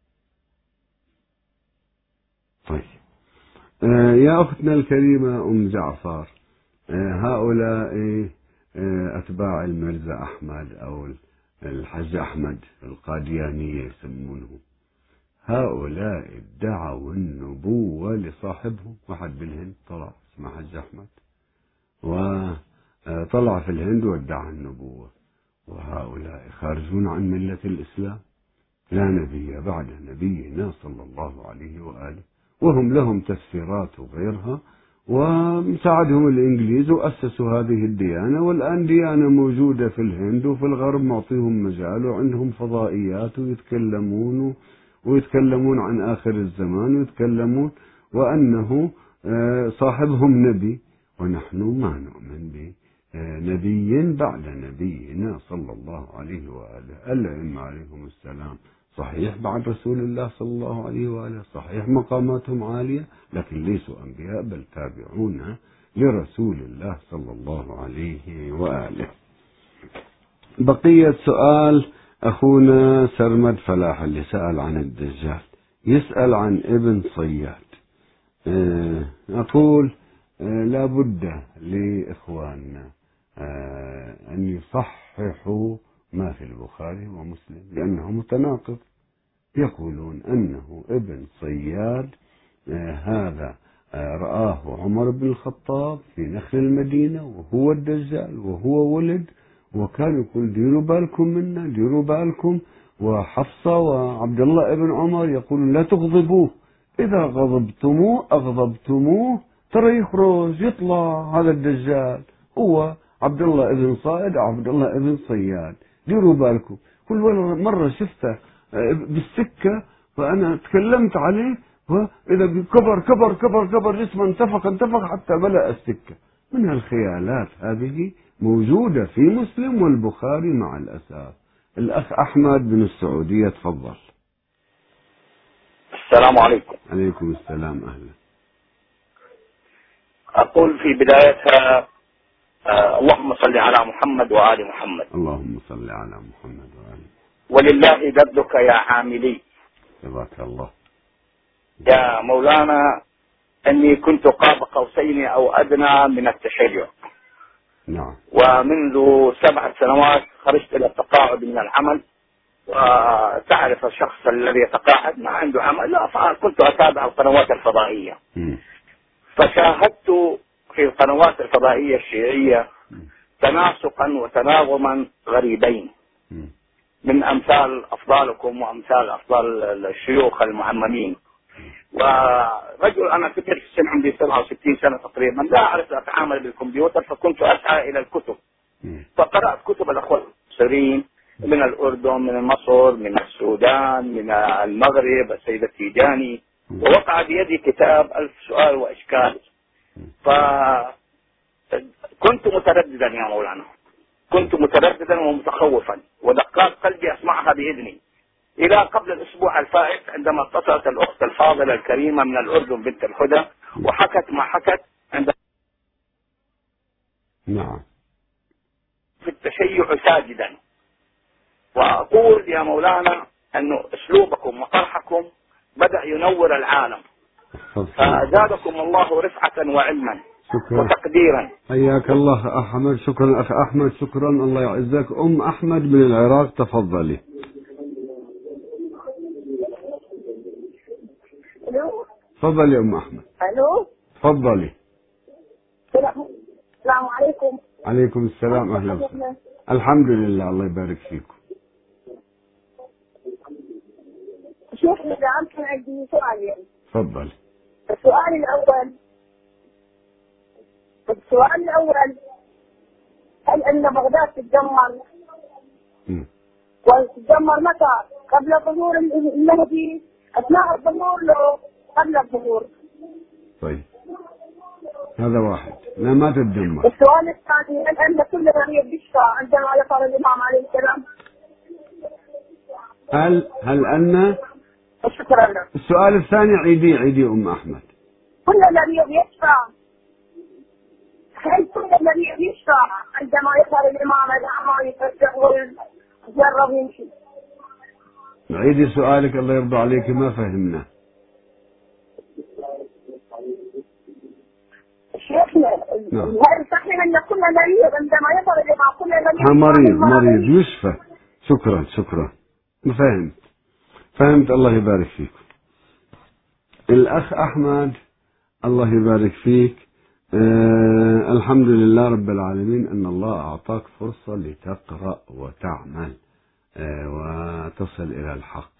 طيب يا أختنا الكريمة أم جعفر، هؤلاء أتباع الميرزا أحمد أو الحج أحمد القاديانية يسمونه، هؤلاء ادعوا النبوة لصاحبهم. واحد بالهند طلع اسمه حج أحمد، وطلع في الهند وادعى النبوة، وهؤلاء خارجون عن ملة الإسلام، لا نبي بعد نبينا صلى الله عليه وآله، وهم لهم تفسيرات وغيرها، ومساعدهم الإنجليز وأسسوا هذه الديانة، والآن ديانة موجودة في الهند وفي الغرب، معطيهم مجال وعندهم فضائيات ويتكلمون عن آخر الزمان، ويتكلمون وأنه صاحبهم نبي، ونحن ما نؤمن بنبي بعد نبينا صلى الله عليه وآله. الأئمة عليهم السلام صحيح بعد رسول الله صلى الله عليه وآله، صحيح مقاماتهم عالية، لكن ليسوا أنبياء بل تابعون لرسول الله صلى الله عليه وآله. بقية سؤال أخونا سرمد فلاح اللي سأل عن الدجال، يسأل عن ابن صياد. أقول لا بد لإخواننا أن يصححوا ما في البخاري ومسلم، لأنه متناقض. يقولون أنه ابن صياد هذا رآه عمر بن الخطاب في نخل المدينة وهو الدجال وهو ولد، وكان يقول ديروا بالكم منا، ديروا بالكم. وحفصة وعبد الله ابن عمر يقولون لا تغضبوه، إذا أغضبتموه ترى يخرج يطلع هذا الدجال، هو عبد الله ابن صائد أو عبد الله ابن صياد، ديروا بالكم. كل مرة شفته بالسكة فأنا تكلمت عليه، وإذا كبر كبر كبر كبر جسمه انتفخ حتى ملأ السكة. من الخيالات هذه موجودة في مسلم والبخاري مع الأسف. الأخ أحمد من السعودية تفضل. السلام عليكم. عليكم السلام، أهلا. أقول في بدايتها اللهم صل على محمد وآل محمد. اللهم صل على محمد وآل. ولله درك يا عاملي. جزاك الله. يا مولانا أني كنت قاب قوسين أو أدنى من التشيع. نعم. ومنذ 7 سنوات خرجت إلى التقاعد من العمل، وتعرف الشخص الذي يتقاعد ما عنده عمل، لا، فكنت أتابع القنوات الفضائية. فشاهدت في القنوات الفضائية الشيعية تناسقا وتناغما غريبين من أمثال أفضالكم وأمثال أفضال الشيوخ المعممين. ورجل أنا كبير في السن، عندي 67 سنة تقريبا، لا أعرف أتعامل بالكمبيوتر، فكنت أسعى إلى الكتب. فقرأت كتب الأخوة المصريين من الأردن، من مصر، من السودان، من المغرب، السيد التيجاني، ووقع بيدي كتاب 1000 سؤال وإشكال. فكنت مترددا يا مولانا، كنت مترددا ومتخوفا، ودقات قلبي أسمعها بإذني، إلى قبل الأسبوع الفائت عندما اتصلت الأخت الفاضلة الكريمة من الأردن بنت الهدى وحكت ما حكت عند نعم في التشيع ساجدا. وأقول يا مولانا أن أسلوبكم وطرحكم بدأ ينور العالم، فزادكم الله رفعة وعلما. شكرا وتقديرا. حياك الله أحمد. شكرا أخ أحمد، شكرا، الله يعزك. أحمد من العراق تفضلي. الو. تفضلي أحمد. الو. تفضلي. السلام عليكم. عليكم السلام، أهلا وسهلا. الحمد لله، الله يبارك فيكم. شيخ إذا كان عندي سؤالين. تفضلي. السؤال الأول هل أن بغداد تتدمر؟ وتتدمر متى؟ قبل ظهور المهدي، أثناء الظهور، له قبل الظهور؟ طيب هذا واحد. لا، ما تتدمر. السؤال الثاني هل أن كل مريض يشفى عندما يقرأ الإمام عليه السلام؟ هل أن شكرا لك. السؤال الثاني عيدي أحمد. كل مريض يشفى، هل كل مريض يشفى عندما يقرأ الإمام الأعمى يفتح ويجرب يمشي؟ عيدي سؤالك الله يرضى عليك، ما فهمنا. شيخنا هل صحيح أن كل مريض عندما يقرأ الإمام كل مريض يشفى؟ شكرا. فهمت، الله يبارك فيك. الأخ أحمد الله يبارك فيك. الحمد لله رب العالمين أن الله أعطاك فرصة لتقرأ وتعمل وتصل إلى الحق.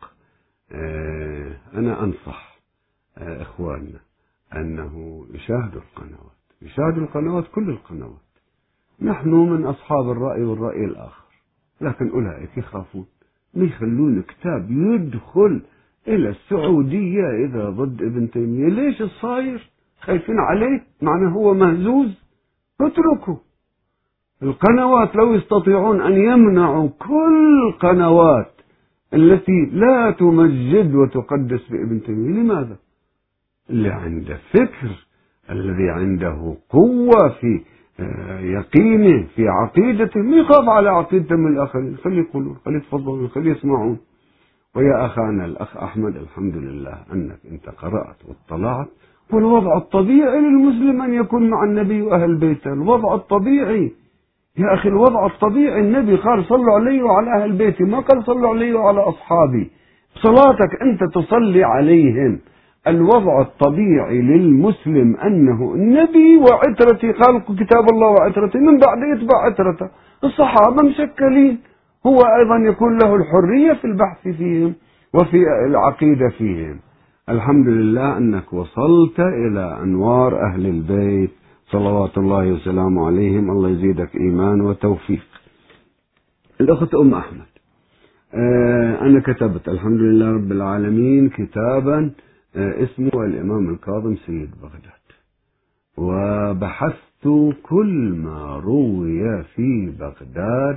أنا أنصح إخواننا أنه يشاهدوا القنوات، كل القنوات. نحن من أصحاب الرأي والرأي الآخر، لكن أولئك يخافون ما يخلون كتاب يدخل إلى السعودية إذا ضد ابن تيمية. ليش الصاير؟ خايفين عليه؟ معناه هو مهزوز؟ اتركوا القنوات. لو يستطيعون أن يمنعوا كل القنوات التي لا تمجد وتقدس بابن تيمية، لماذا؟ اللي عنده فكر، الذي عنده قوة في يقينه، في عقيدته، ما يخاف على عقيدته من الآخرين. خلي يقولون، خلي يتفضلون، خلي يسمعون. ويا أخانا الأخ أحمد، الحمد لله أنك أنت قرأت واطلعت. والوضع الطبيعي للمسلم أن يكون مع النبي وأهل بيته، الوضع الطبيعي يا أخي، الوضع الطبيعي. النبي قال صلوا علي وعلى أهل بيتي، ما قال صلوا علي وعلى أصحابي. صلاتك أنت تصلي عليهم. الوضع الطبيعي للمسلم أنه النبي وعترتي، قال كتاب الله وعترتي، من بعد يتبع عترته. الصحابة مشكلين، هو أيضا يكون له الحرية في البحث فيهم وفي العقيدة فيهم. الحمد لله أنك وصلت إلى أنوار أهل البيت صلوات الله وسلامه عليهم. الله يزيدك إيمان وتوفيق. الأخت أحمد، أنا كتبت الحمد لله رب العالمين كتابا اسمه الإمام الكاظم سيد بغداد، وبحثت وجدت كل ما روي في بغداد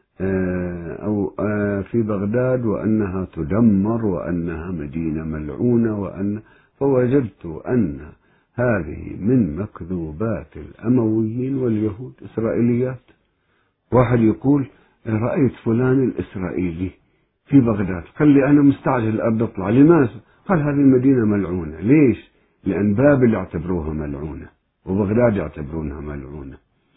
في بغداد وأنها تدمر وأنها مدينة ملعونة فوجدت أن هذه من مكذوبات الأمويين واليهود، إسرائيليات. واحد يقول رأيت فلان الإسرائيلي في بغداد، قال لي أنا مستعجل أبدأ أطلع. لماذا؟ قال هذه المدينة ملعونة. ليش؟ لأن بابل يعتبروها ملعونة وبغداد يعتبرونها ملعونة،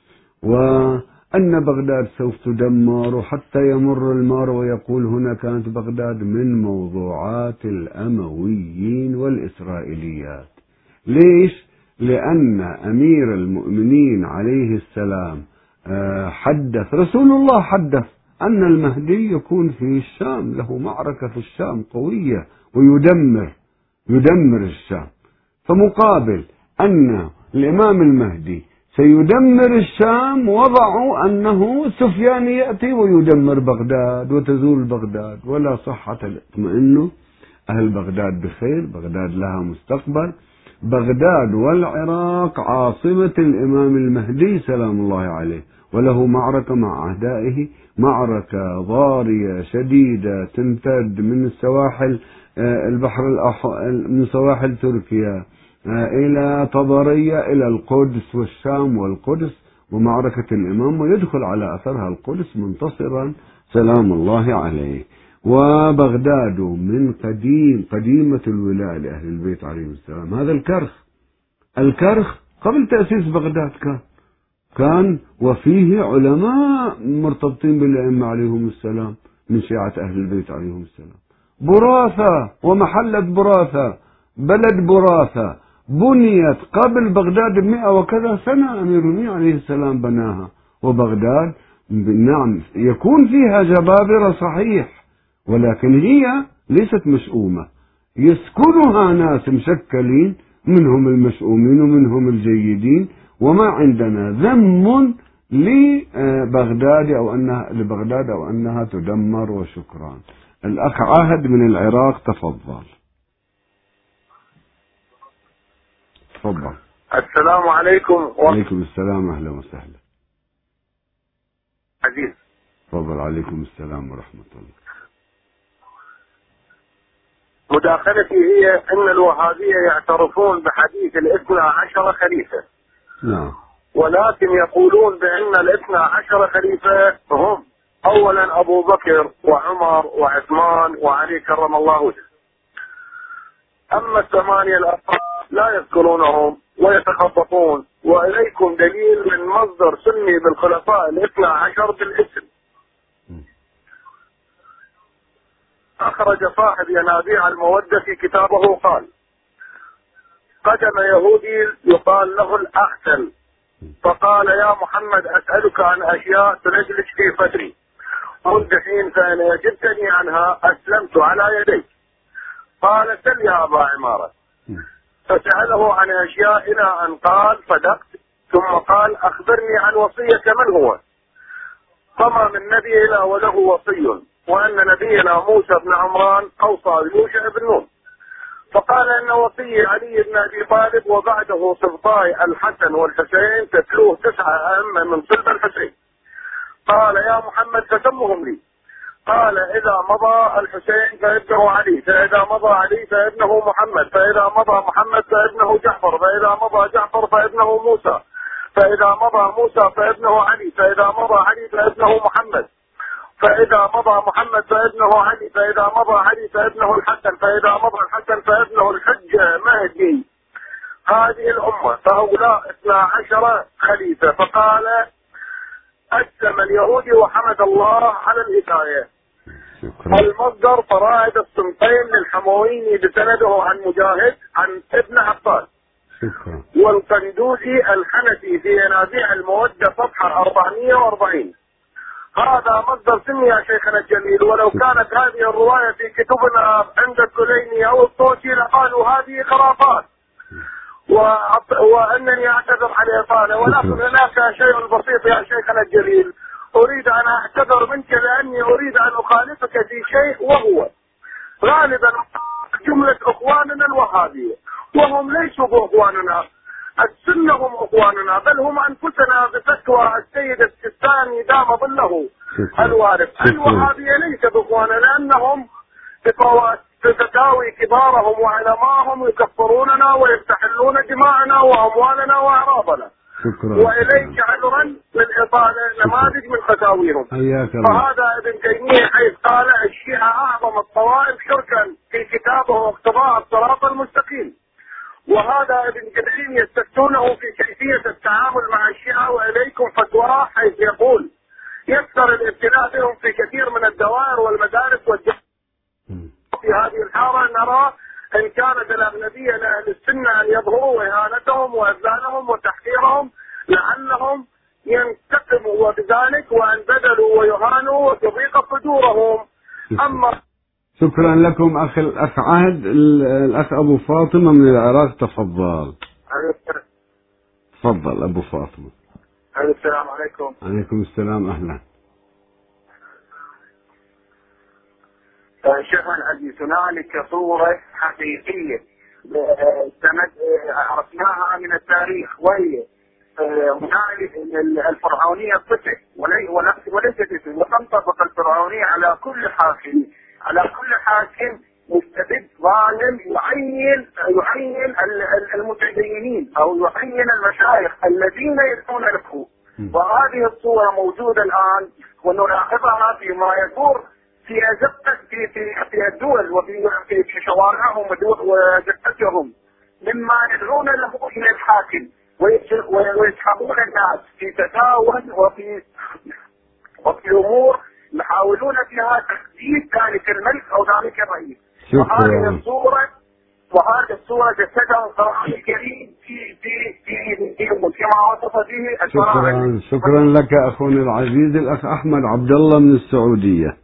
وأن بغداد سوف تدمر حتى يمر المار ويقول هنا كانت بغداد، من موضوعات الأمويين والإسرائيليات. ليش؟ لأن أمير المؤمنين عليه السلام حدث، رسول الله حدث أن المهدي يكون في الشام، له معركة في الشام قوية ويدمر الشام. فمقابل أن الإمام المهدي سيدمر الشام وضعوا أنه سفيان يأتي ويدمر بغداد وتزول بغداد، ولا صحة اطمئنوا، أهل بغداد بخير، بغداد لها مستقبل. بغداد والعراق عاصمة الإمام المهدي سلام الله عليه، وله معركة مع أعدائه، معركة ضارية شديدة تمتد من السواحل البحر من سواحل تركيا إلى طبرية إلى القدس والشام والقدس، ومعركة الإمام، ويدخل على أثرها القدس منتصرا سلام الله عليه. وبغداد من قديمة الولاء لأهل البيت عليهم السلام. هذا الكرخ قبل تأسيس بغداد كان وفيه علماء مرتبطين بالأئمة عليهم السلام من شيعة أهل البيت عليهم السلام. براثة ومحلة براثة، بلد براثة بنيت قبل بغداد 100 وكذا سنة، أمير المؤمنين عليه السلام بناها. وبغداد نعم يكون فيها جبابرة صحيح، ولكن هي ليست مشؤومة، يسكنها ناس مشكلين، منهم المشؤومين ومنهم الجيدين. وما عندنا ذم لبغداد أو أنها تدمر. وشكرا. الأخ عاهد من العراق، تفضل. السلام عليكم. وعليكم السلام، أهلا وسهلا. عزيز تفضل. عليكم السلام ورحمة الله. مداخلتي هي أن الوهابية يعترفون بحديث 12 خليفة. نعم. ولكن يقولون بأن 12 خليفة هم أولا أبو بكر وعمر وعثمان وعلي كرم الله وجهه. أما 8 الأفراد لا يذكرونهم ويتخبطون، وإليكم دليل من مصدر سمي بالخلفاء 12 بالاسم. أخرج صاحب ينابيع المودة في كتابه قال: قدم يهودي يقال له الأحسن فقال: يا محمد أسألك عن أشياء تلجلج في صدري، منذ حين فإن أجبتني عنها أسلمت على يديك. قال: سل يا أبا عمارة. فسأله عن أشياء إلى أن قال: صدقت. ثم قال: أخبرني عن وصيك من هو؟ فما من نبي إلا وله وصي، وأن نبينا موسى بن عمران أوصى بيوشع بن نون. فقال: إن وصي علي بن أبي طالب، وبعده سبطاي الحسن والحسين تتلوه 9 أئمة من صلب الحسين. قال: يا محمد فسمهم لي. قال: إذا مضى الحسين فابنه علي، فإذا مضى علي فابنه محمد، فإذا مضى محمد فابنه جعفر، فإذا مضى جعفر فابنه موسى، فإذا مضى موسى فابنه علي، فإذا مضى علي فابنه محمد، فإذا مضى محمد فابنه علي، فإذا مضى علي فابنه الحسن، فإذا مضى الحسن فابنه الحجة مهدي هذه الأمة. فهؤلاء 12 خليفة. فقال: أسلم اليهودي وحمد الله على الهداية. المصدر فرائد السمطين للحمويني بسنده عن مجاهد عن ابن عباس. والقندوزي الحنفي في ينابيع المودة صفحة 440. هذا مصدر سمي يا شيخنا الجليل، ولو كانت هذه الرواية في كتبنا عند الكليني أو الطوسي لقالوا هذه خرافات، وأنني أعتذر على الإطالة. ولكن هناك شيء بسيط يا شيخنا الجليل، أريد أن أعتذر منك لأني أريد أن أخالفك في شيء، وهو غالبا جملة إخواننا الوهابية، وهم ليسوا بإخواننا. السنة هم إخواننا، بل هم أنفسنا بفتوى السيد السيستاني دام ظله الوارث. الوهابية ليس بإخواننا، لأنهم بفتاوي كبارهم وعلماءهم يكفروننا ويستحلون دماءنا وأموالنا وأعراضنا. وإليك عذرا للإطالة نماذج من فتاويهم. فهذا ابن تيمية حيث قال الشيعة أعظم الطوائف شركا في كتابه اقتضاء الصراط المستقيم، وهذا ابن جبرين يستفتونه في كيفية التعامل مع الشيعة وإليكم فتواه حيث يقول يكثر الابتلاء بهم في كثير من الدوائر والمدارس في هذه الحالة نرى إن كانت الأغلبية لأهل السنة أن يظهروا إهانتهم وإذلالهم وتحقيرهم لعلهم ينتقموا وبذلك وأن بدلوا ويهانوا وتضيق صدورهم. أما شكرا لكم الأخ عهد. الأخ أبو فاطمة من العراق تفضل. تفضل أبو فاطمة. السلام عليكم. عليكم السلام، أهلا. شيخنا العزيز، هنالك صورة حقيقية عرفناها من التاريخ، وهي هنالك الفرعونية صفة وليست اسم، وتنطبق الفرعونية على كل حاكم مستبد ظالم يعين المتدينين او يعين المشايخ الذين يدعون له. وهذه الصورة موجودة الآن ونلاحظها فيما يدور في أزقة في الدول وفي شوارعهم وزقتهم مما يدعون له إلى الحاكم ويسحبون الناس في تساؤل وفي أمور يحاولون فيها تخدير ذلك الملك أو ذلك الرئيس. وهذه الصورة جسدها القرآن الكريم كما وصف به. شكرا لك أخونا العزيز الأخ أحمد عبد الله من السعودية.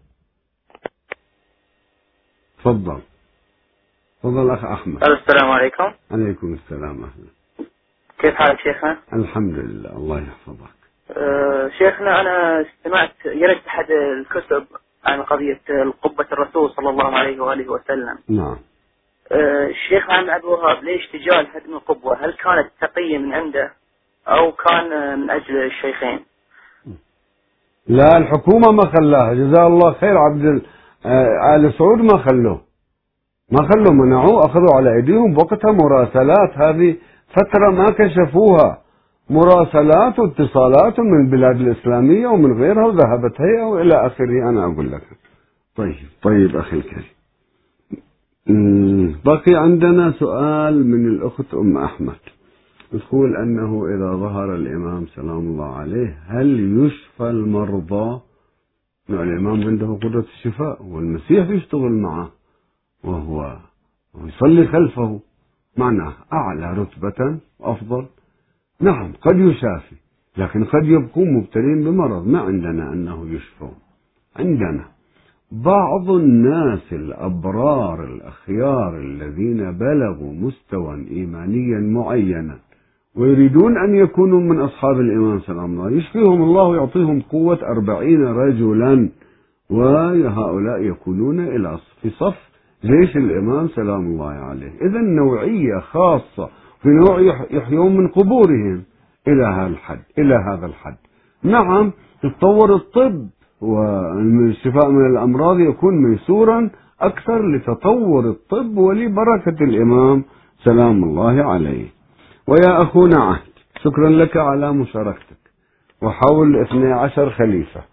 تفضل أخ أحمد. السلام عليكم. عليكم السلام، أهلا. كيف حالك شيخنا؟ الحمد لله، الله يحفظك. شيخنا أنا استمعت جلست أحد الكتب عن قضية قبة الرسول صلى الله عليه وآله وسلم. نعم. الشيخ محمد عبد الوهاب ليش تجال هدم القبة؟ هل كانت تقية من عنده أو كان من أجل الشيخين؟ لا، الحكومة ما خلاها، جزاه الله خير. آل سعود ما خلوه، منعوه، أخذوا على أيديهم بوقتها مراسلات. هذه فترة ما كشفوها، مراسلات واتصالات من البلاد الإسلامية ومن غيرها، وذهبت هي وإلى آخره. أنا أقول لك. طيب أخي الكريم، بقي عندنا سؤال من الأخت أم أحمد، تقول أنه إذا ظهر الإمام سلام الله عليه هل يشفى المرضى؟ الإمام عنده قدرة الشفاء والمسيح يشتغل معه وهو يصلي خلفه، معناه أعلى رتبة وأفضل. نعم قد يشافي، لكن قد يبقون مبتلين بمرض. ما عندنا أنه يشفون، عندنا بعض الناس الأبرار الأخيار الذين بلغوا مستوى إيمانيا معينا ويريدون أن يكونوا من أصحاب الإمام سلام الله، يشفيهم الله ويعطيهم قوة 40 رجلا، وهؤلاء يكونون في صف جيش الإمام سلام الله عليه. إذا نوعية خاصة، في نوع يحيون من قبورهم إلى هذا الحد. نعم تطور الطب والشفاء من الأمراض يكون ميسورا أكثر لتطور الطب ولبركة الإمام سلام الله عليه. ويا أخونا عهد، شكرا لك على مشاركتك. وحول 12 خليفة،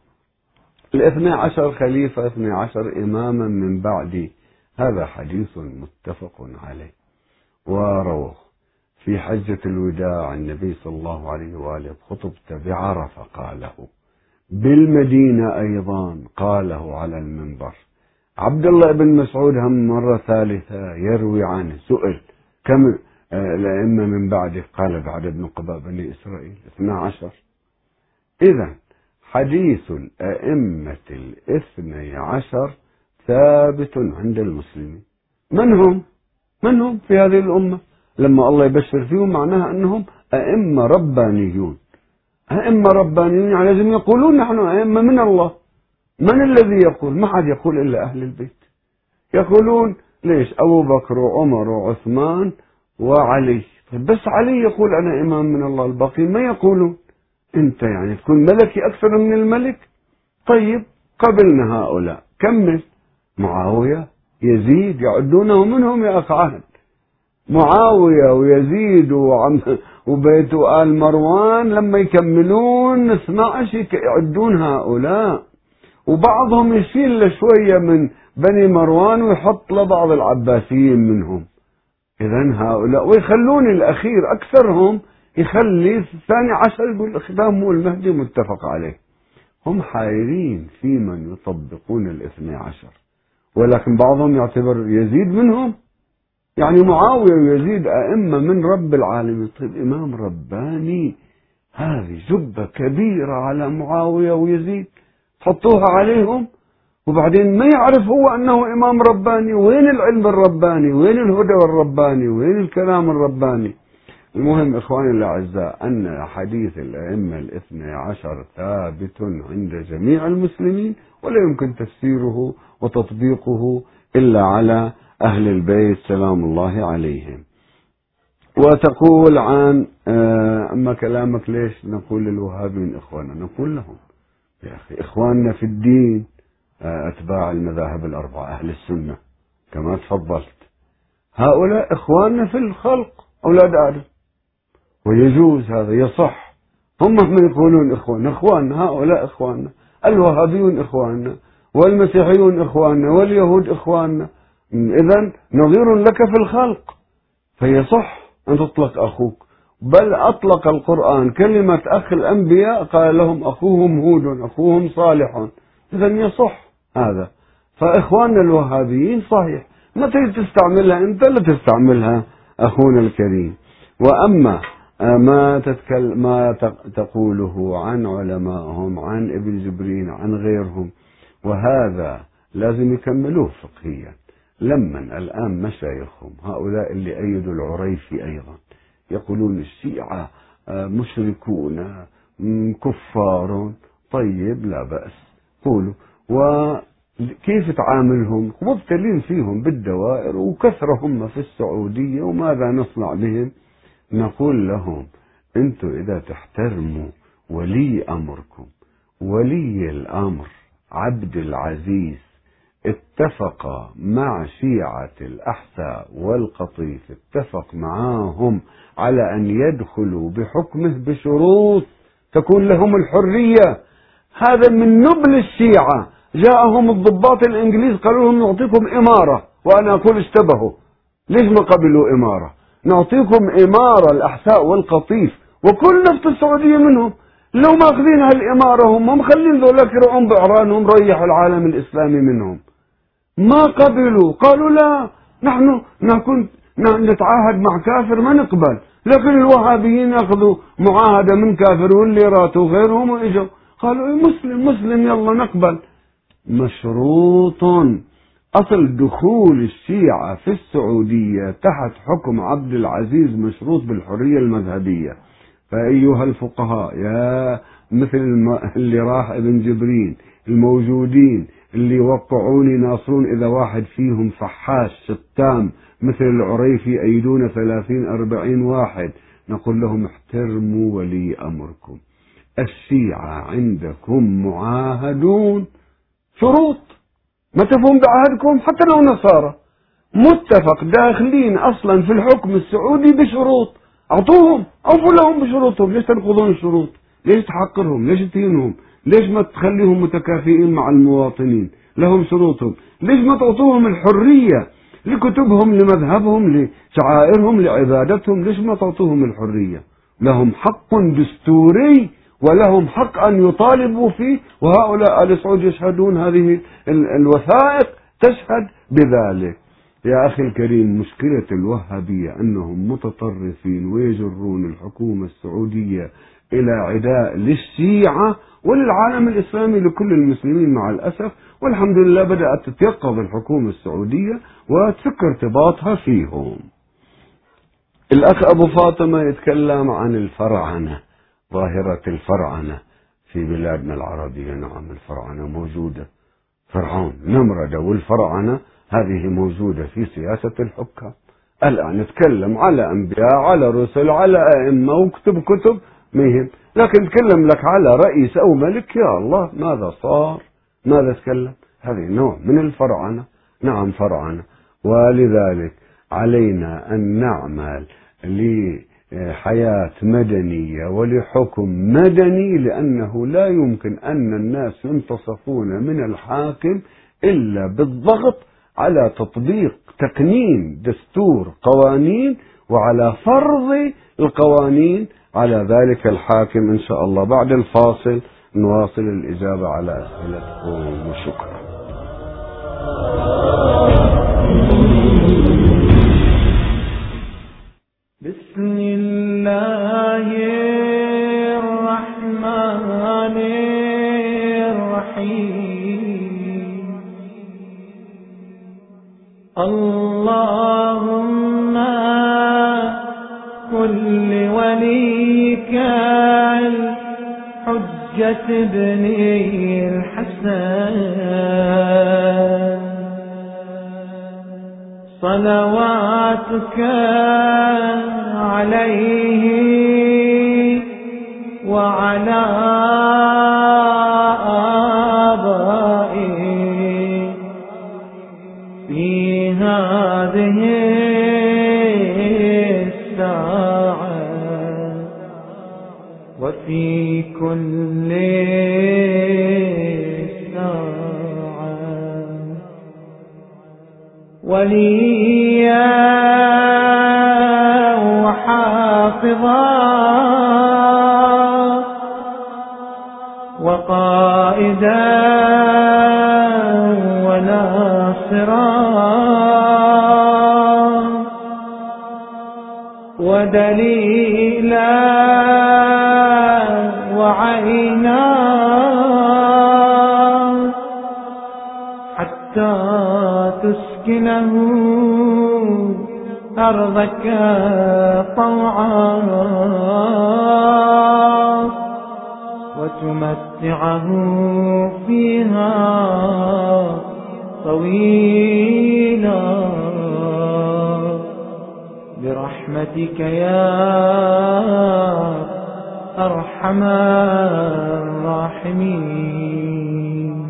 12 خليفة 12 إماما من بعدي، هذا حديث متفق عليه. وروه في حجة الوداع النبي صلى الله عليه وآله خطبت بعرفة قاله، بالمدينة أيضا قاله على المنبر. عبد الله بن مسعود هم مرة ثالثة يروي عنه، سئل كم الأئمة من بعده؟ قال بعد ابن قباء بني إسرائيل 12. إذا حديث الأئمة 12 ثابت عند المسلمين. من هم في هذه الأمة؟ لما الله يبشر فيهم معناها أنهم أئمة ربانيون. أئمة ربانيون يعني لازم يقولون نحن أئمة من الله. من الذي يقول؟ ما حد يقول إلا أهل البيت. يقولون ليش؟ أبو بكر وعمر وعثمان وعلي. بس علي يقول أنا إمام من الله، الباقي ما يقولون. أنت يعني تكون ملكي أكثر من الملك؟ طيب قبلنا هؤلاء، كمل. معاوية، يزيد، يعدونه منهم يا أخ عهد. معاوية ويزيد وبيت آل مروان لما يكملون 12 يعدون هؤلاء، وبعضهم يشيل شوية من بني مروان ويحط لبعض العباسيين منهم. إذن هؤلاء ويخلون الأخير أكثرهم يخلي 12 يقول الختام هو المهدي متفق عليه. هم حائرين في من يطبقون 12، ولكن بعضهم يعتبر يزيد منهم. يعني معاوية ويزيد أئمة من رب العالمين. طيب إمام رباني، هذه جبة كبيرة على معاوية ويزيد حطوها عليهم، وبعدين ما يعرف هو أنه إمام رباني. وين العلم الرباني؟ وين الهدى الرباني؟ وين الكلام الرباني؟ المهم إخواني الأعزاء أن حديث الأئمة 12 ثابت عند جميع المسلمين، ولا يمكن تفسيره وتطبيقه إلا على أهل البيت سلام الله عليهم. وتقول عن أما كلامك ليش نقول للوهابيين إخواننا؟ نقول لهم يا أخي إخواننا في الدين أتباع المذاهب الأربعة أهل السنة كما تفضلت، هؤلاء إخواننا في الخلق أولاد آدم، ويجوز هذا يصح. هم من يقولون إخواننا هؤلاء إخواننا، الوهابيون إخواننا، والمسيحيون إخواننا، واليهود إخواننا. إذن نظير لك في الخلق، فيصح أن تطلق أخوك. بل أطلق القرآن كلمة أخ الأنبياء، قال لهم أخوهم هود، أخوهم صالح. إذن يصح هذا. فإخواننا الوهابيين صحيح، متى تستعملها أنت لا تستعملها أخونا الكريم. وأما ما تقوله عن علمائهم، عن ابن جبرين، عن غيرهم، وهذا لازم يكملوه فقهيا. لمن الآن مشايخهم هؤلاء اللي أيدوا العريفي أيضا يقولون الشيعة مشركون كفار، طيب لا بأس قولوا. وكيف تعاملهم؟ مبتلين فيهم بالدوائر وكثرة هم في السعودية، وماذا نصنع بهم؟ نقول لهم أنتم إذا تحترموا ولي أمركم، ولي الأمر عبد العزيز اتفق مع شيعة الأحساء والقطيف، اتفق معاهم على أن يدخلوا بحكمه بشروط تكون لهم الحرية. هذا من نبل الشيعة. جاءهم الضباط الإنجليز قالوا لهم نعطيكم إمارة، وأنا أقول اشتبهوا. ليش ما قبلوا إمارة؟ نعطيكم إمارة الأحساء والقطيف وكل نفط السعودية منهم. لو ما أخذين هالإمارة هم مخلين ذولاك يرعون بعرانهم، ريحوا العالم الإسلامي منهم. ما قبلوا، قالوا لا، نحن نتعاهد مع كافر ما نقبل. لكن الوهابيين أخذوا معاهدة من كافر والليرات وغيرهم وإجوا قالوا مسلم يلا نقبل. مشروط. أصل دخول الشيعة في السعودية تحت حكم عبد العزيز مشروط بالحرية المذهبية. فأيها الفقهاء يا مثل اللي راح ابن جبرين الموجودين اللي يوقعون يناصرون إذا واحد فيهم فحاش شتام مثل العريفي أيدون 30-40 واحد، نقول لهم احترموا ولي أمركم. الشيعة عندكم معاهدون شروط، ما تفهم بعهدكم حتى لو نصارى متفق داخلين أصلا في الحكم السعودي بشروط، أعطوهم أوفوا لهم بشروطهم. ليش تنقضون الشروط؟ ليش تحقرهم؟ ليش تهينهم؟ ليش ما تخليهم متكافئين مع المواطنين؟ لهم شروطهم. ليش ما تعطوهم الحرية لكتبهم، لمذهبهم، لشعائرهم، لعبادتهم؟ ليش ما تعطوهم الحرية؟ لهم حق دستوري ولهم حق أن يطالبوا فيه، وهؤلاء آل سعود يشهدون، هذه الوثائق تشهد بذلك. يا أخي الكريم، مشكلة الوهابية أنهم متطرفين ويجرون الحكومة السعودية إلى عداء للشيعة وللعالم الإسلامي لكل المسلمين مع الأسف. والحمد لله بدأت تتيقظ الحكومة السعودية وتفك ارتباطها فيهم. الأخ أبو فاطمة يتكلم عن الفرعنة، ظاهرة الفرعنة في بلادنا العربية. نعم الفرعنة موجودة، فرعون نمرد والفرعنة هذه موجودة في سياسة الحكام. الآن نتكلم على أنبياء، على رسل، على أئمة، وكتب كتب مهم، لكن نتكلم لك على رئيس أو ملك، يا الله ماذا صار؟ ماذا تكلم؟ هذه نوع من الفرعنة. نعم فرعنة. ولذلك علينا أن نعمل لحياة مدنية ولحكم مدني، لأنه لا يمكن أن الناس ينتصفون من الحاكم إلا بالضغط على تطبيق تقنين دستور قوانين، وعلى فرض القوانين على ذلك الحاكم. إن شاء الله بعد الفاصل نواصل الإجابة على أسئلتكم، وشكرا. بسم الله الرحمن الرحيم. اللهم كل وليك الحجة ابن الحسن صلواتك عليه وعلى آبائه في هذه الساعة وفي كل ساعة، وليا وحافظا وقائدا وناصرا ودليلا وعينا حتى تسكنه أرضك طوعا وتمتعه فيها طويلا برحمتك يا أرحم الراحمين.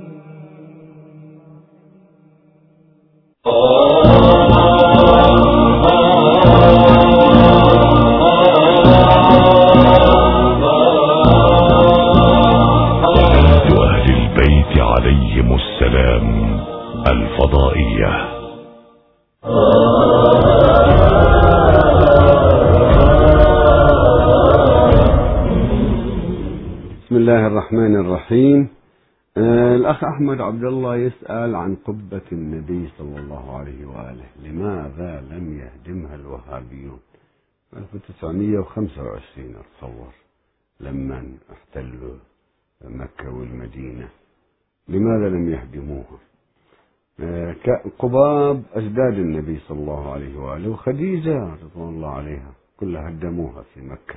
أهل البيت عليهم السلام الفضائية. بسم الله الرحمن الرحيم. الأخ أحمد عبد الله يسأل عن قبة النبي صلى الله عليه وآله، لماذا لم يهدمها الوهابيون 1925 أتصور لما احتلوا مكة والمدينة؟ لماذا لم يهدموها؟ قباب أجداد النبي صلى الله عليه وآله وخديجة رضوان الله عليها كلها هدموها في مكة،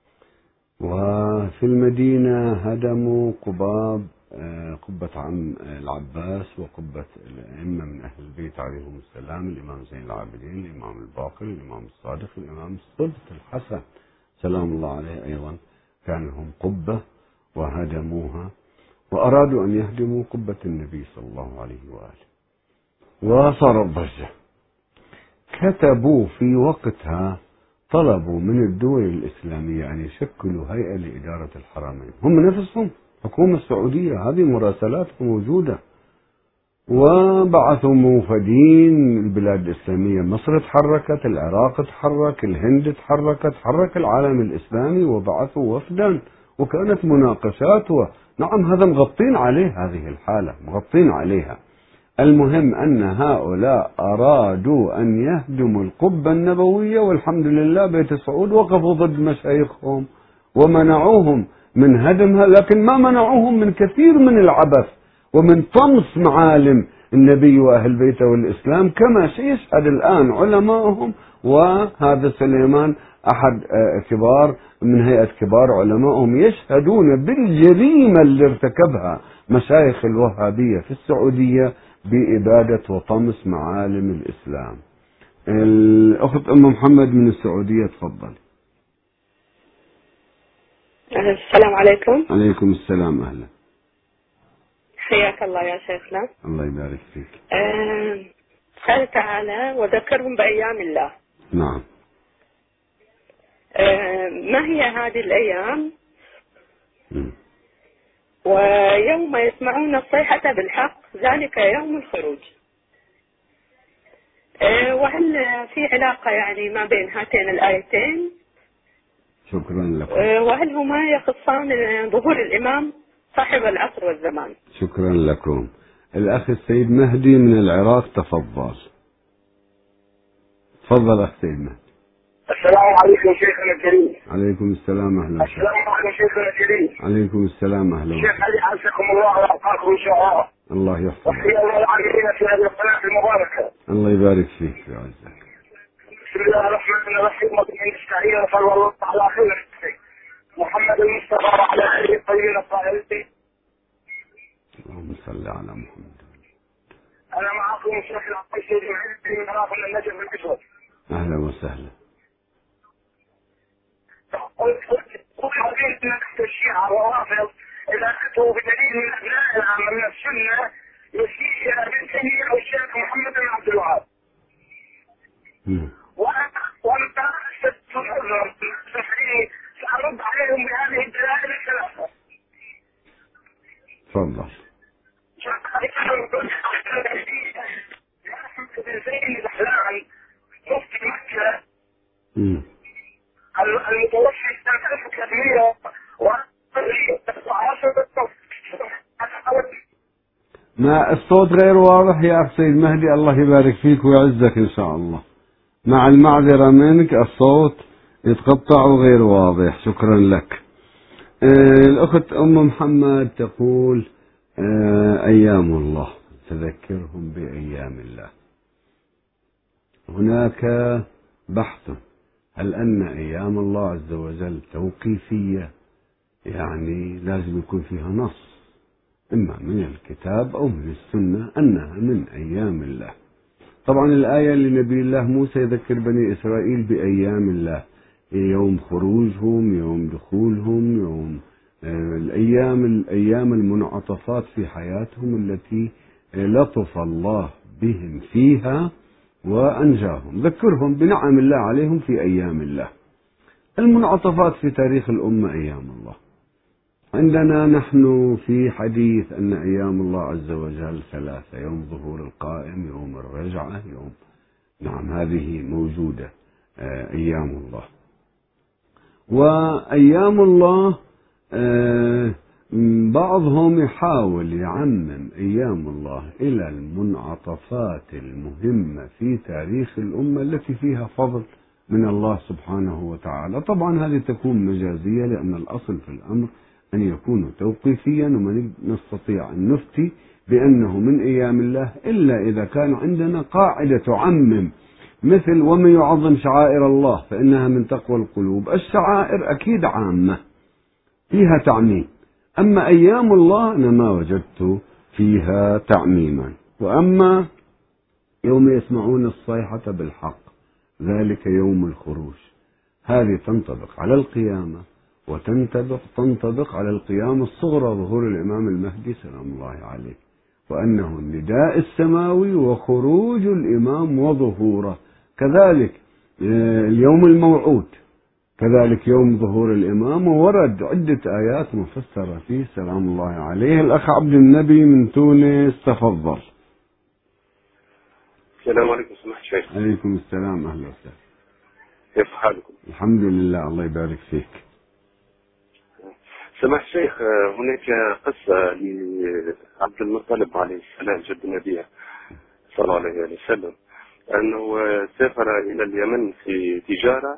وفي المدينة هدموا قباب قبة عم العباس وقبة الأئمة من أهل البيت عليهم السلام، الإمام زين العابدين، الإمام الباقر، الإمام الصادق، الإمام الصدق الحسن سلام الله عليه أيضا كان لهم قبة وهدموها، وأرادوا أن يهدموا قبة النبي صلى الله عليه وآله، وصارت ضجة. كتبوا في وقتها، طلبوا من الدول الإسلامية أن يشكلوا هيئة لإدارة الحرمين، هم نفسهم حكومة السعودية، هذه مراسلات موجودة، وبعثوا موفدين. البلاد الإسلامية، مصر تحركت، العراق تحرك، الهند تحركت، تحرك العالم الإسلامي وبعثوا وفدا، وكانت مناقشات. نعم هذا مغطين عليه، هذه الحالة مغطين عليها. المهم أن هؤلاء أرادوا أن يهدموا القبة النبوية، والحمد لله بيت سعود وقفوا ضد مشايخهم ومنعوهم من هدمها، لكن ما منعوهم من كثير من العبث ومن طمس معالم النبي وأهل بيته والإسلام، كما يشهد الآن علماءهم. وهذا سليمان أحد كبار من هيئة كبار علمائهم يشهدون بالجريمة اللي ارتكبها مشايخ الوهابية في السعودية بإبادة وطمس معالم الإسلام. الأخت أم محمد من السعودية، تفضل. السلام عليكم. عليكم السلام، أهلا. حياك الله يا شيخنا. الله يبارك فيك. قال تعالى وذكرهم بأيام الله. نعم. ما هي هذه الأيام؟ ويوم يسمعون الصيحة بالحق ذلك يوم الخروج. وهل في علاقة يعني ما بين هاتين الآيتين؟ شكرا لكم. وهل هما يخصان ظهور الإمام صاحب العصر والزمان؟ شكرا لكم. الأخ السيد مهدي من العراق، تفضل. تفضل أخ سيد مهدي. السلام عليكم شيخنا الكريم. عليكم السلام، أهلا. السلام عليكم شيخنا الكريم. عليكم السلام، أهلا. شيخ علي عزكم الله وأوقاكم إن شاء الله. الله يحفظك. وحيا الله العاملين في هذه القناة المباركة. الله يبارك فيك يا عزك. بسم الله الرحمن الرحيم. وبه نستعين صلى الله على خير محمد المصطفى وعلى آله الطيبين الطاهرين. اللهم صل على محمد. أنا معكم الشيخ العقيسي من عراق من النجف الأسود. أهلا وسهلا. وحاولين نكتب الشيعة الروافض إذا أتوا بدليل من أبناء العامة من السنة يسيء إلى ابن تيمية أو الشيخ محمد بن عبد الوهاب. وأنا سأرد عليهم بهذه الدلائل الثلاثة. تفضل. بن زين الأحلام مفتي مكة المتوفي سنة 1300 ما الصوت غير واضح يا أخ سيد مهدي، الله يبارك فيك ويعزك إن شاء الله. مع المعذرة منك الصوت يتقطع وغير واضح. شكرا لك. الأخت أم محمد تقول أيام الله تذكرهم بأيام الله. هناك بحث هل أن أيام الله عز وجل توقيفية، يعني لازم يكون فيها نص إما من الكتاب أو من السنة أنها من أيام الله. طبعا الآية لنبي الله موسى يذكر بني إسرائيل بأيام الله، يوم خروجهم، يوم دخولهم، يوم الأيام المنعطفات في حياتهم التي لطف الله بهم فيها وأنجاهم. ذكرهم بنعم الله عليهم في أيام الله. المنعطفات في تاريخ الأمة أيام الله. عندنا نحن في حديث أن أيام الله عز وجل ثلاثة: يوم ظهور القائم، يوم الرجعة، يوم نعم هذه موجودة أيام الله. وأيام الله بعضهم يحاول يعمم أيام الله إلى المنعطفات المهمة في تاريخ الأمة التي فيها فضل من الله سبحانه وتعالى. طبعا هذه تكون مجازية، لأن الأصل في الأمر أن يكون توقيفيا، وما نستطيع أن نفتي بأنه من أيام الله إلا إذا كان عندنا قاعدة تعمم، مثل ومن يعظم شعائر الله فإنها من تقوى القلوب. الشعائر أكيد عامة فيها تعميم، أما أيام الله أنا ما وجدت فيها تعميما. وأما يوم يسمعون الصيحة بالحق ذلك يوم الخروج، هذه تنطبق على القيامة وتنطبق على القيامة الصغرى، ظهور الإمام المهدي سلام الله عليه، وأنه النداء السماوي وخروج الإمام وظهوره. كذلك اليوم الموعود، كذلك يوم ظهور الإمام، وورد عدة آيات مفسرة فيه سلام الله عليه. الأخ عبد النبي من تونس، تفضل. السلام عليكم سماحة الشيخ. عليكم السلام، أهلا وسهلا. كيف حالكم؟ الحمد لله، الله يبارك فيك. سماحة الشيخ، هناك قصة لعبد المطلب عليه السلام جد النبي صلى الله عليه وسلم، أنه سافر إلى اليمن في تجارة،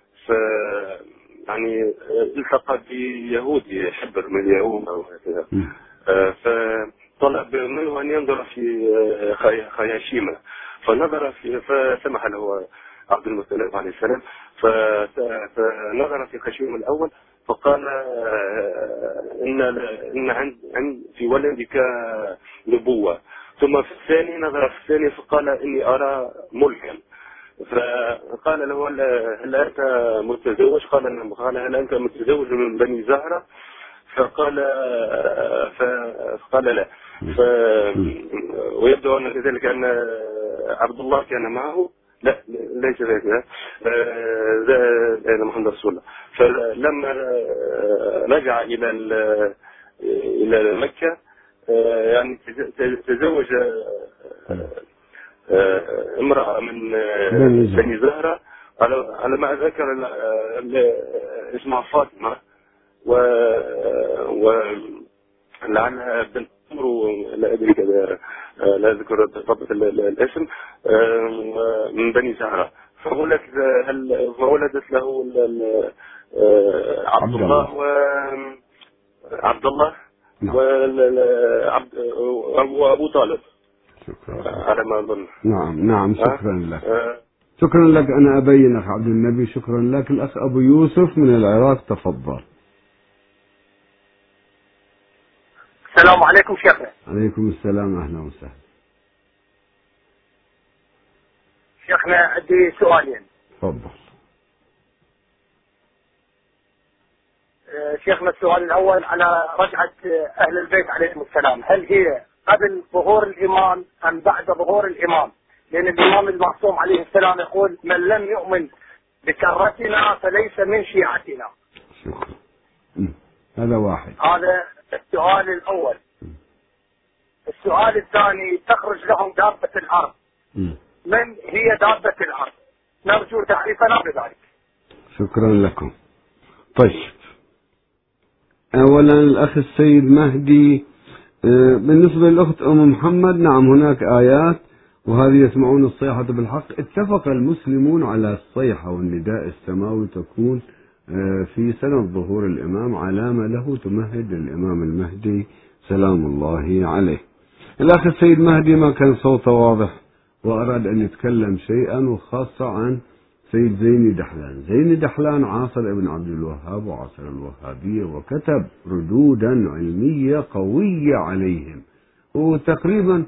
يعني التقى بيهودي حبر من اليهود أو هكذا، فطلب منه أن ينظر في خياشيمة، فنظر فسمح له عبد المطلب عليه السلام، فنظر في خياشيمة الأول فقال إن عند في ولدك نبوة. ثم في الثاني نظر في الثاني فقال إني أرى ملكا. فقال له هل أنت متزوج؟ قال هل أنت متزوج من بني زهرة؟ فقال لا. ويبدو أن كذلك أن عبد الله كان معه. لا ليس ذلك، محمد رسول الله. فلما رجع إلى مكة يعني تزوج امرأة من بني زهرة على ما أذكر اسمها فاطمة، ولعلها بنت عمرو، لا أدري كذا، لا أذكر بالضبط الاسم، من بني زهرة. فولدت له عبد الله وأبو طالب. شكرا على ما أظن. نعم شكرا لك. شكرا لك. أنا أبين أخ عبد النبي. شكرا لك. الأخ أبو يوسف من العراق، تفضل. السلام عليكم شيخنا. عليكم السلام، أهلا وسهلا. شيخنا عندي سؤالين. تفضل. شيخنا السؤال الأول على رجعة أهل البيت عليهم السلام، هل هي قبل ظهور الإمام أم بعد ظهور الإمام؟ لأن الإمام المعصوم عليه السلام يقول من لم يؤمن بكرتنا فليس من شيعتنا. شكرا. هذا واحد. هذا السؤال الأول. السؤال الثاني، تخرج لهم دابة الأرض، من هي دابة الأرض؟ نرجو تعريفنا بذلك. شكرا لكم. طيب، أولا الأخ السيد مهدي، بالنسبة للأخت أم محمد، نعم هناك آيات وهذه يسمعون الصيحة بالحق. اتفق المسلمون على الصيحة والنداء السماوي تكون في سنة ظهور الإمام علامة له تمهد للإمام المهدي سلام الله عليه. الأخ السيد مهدي ما كان صوته واضح وأراد أن يتكلم شيئا، وخاصة عن سيد زيني دحلان. زيني دحلان عاصر ابن عبد الوهاب وعاصر الوهابية، وكتب ردودا علمية قوية عليهم، وتقريبا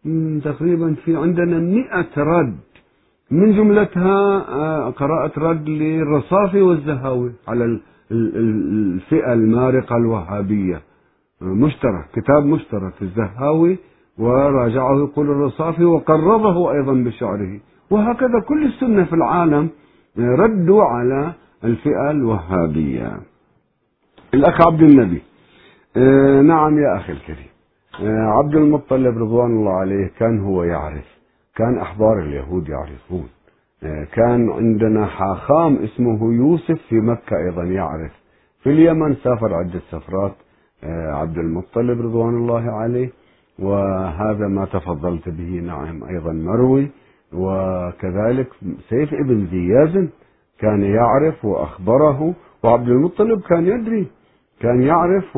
في عندنا 100 رد، من جملتها قراءة رد للرصافي والزهاوي على الفئة المارقة الوهابية. مشترك، كتاب مشترك، الزهاوي وراجعه يقول الرصافي وقربه أيضا بشعره. وهكذا كل السنة في العالم ردوا على الفئة الوهابية. الأخ عبد النبي، نعم يا أخي الكريم، عبد المطلب رضوان الله عليه كان هو يعرف، كان أحبار اليهود يعرفون، كان عندنا حاخام اسمه يوسف في مكة أيضا يعرف، في اليمن سافر عدة سفرات عبد المطلب رضوان الله عليه، وهذا ما تفضلت به نعم أيضا مروي. وكذلك سيف ابن زياد كان يعرف وأخبره، وعبد المطلب كان يدري، كان يعرف،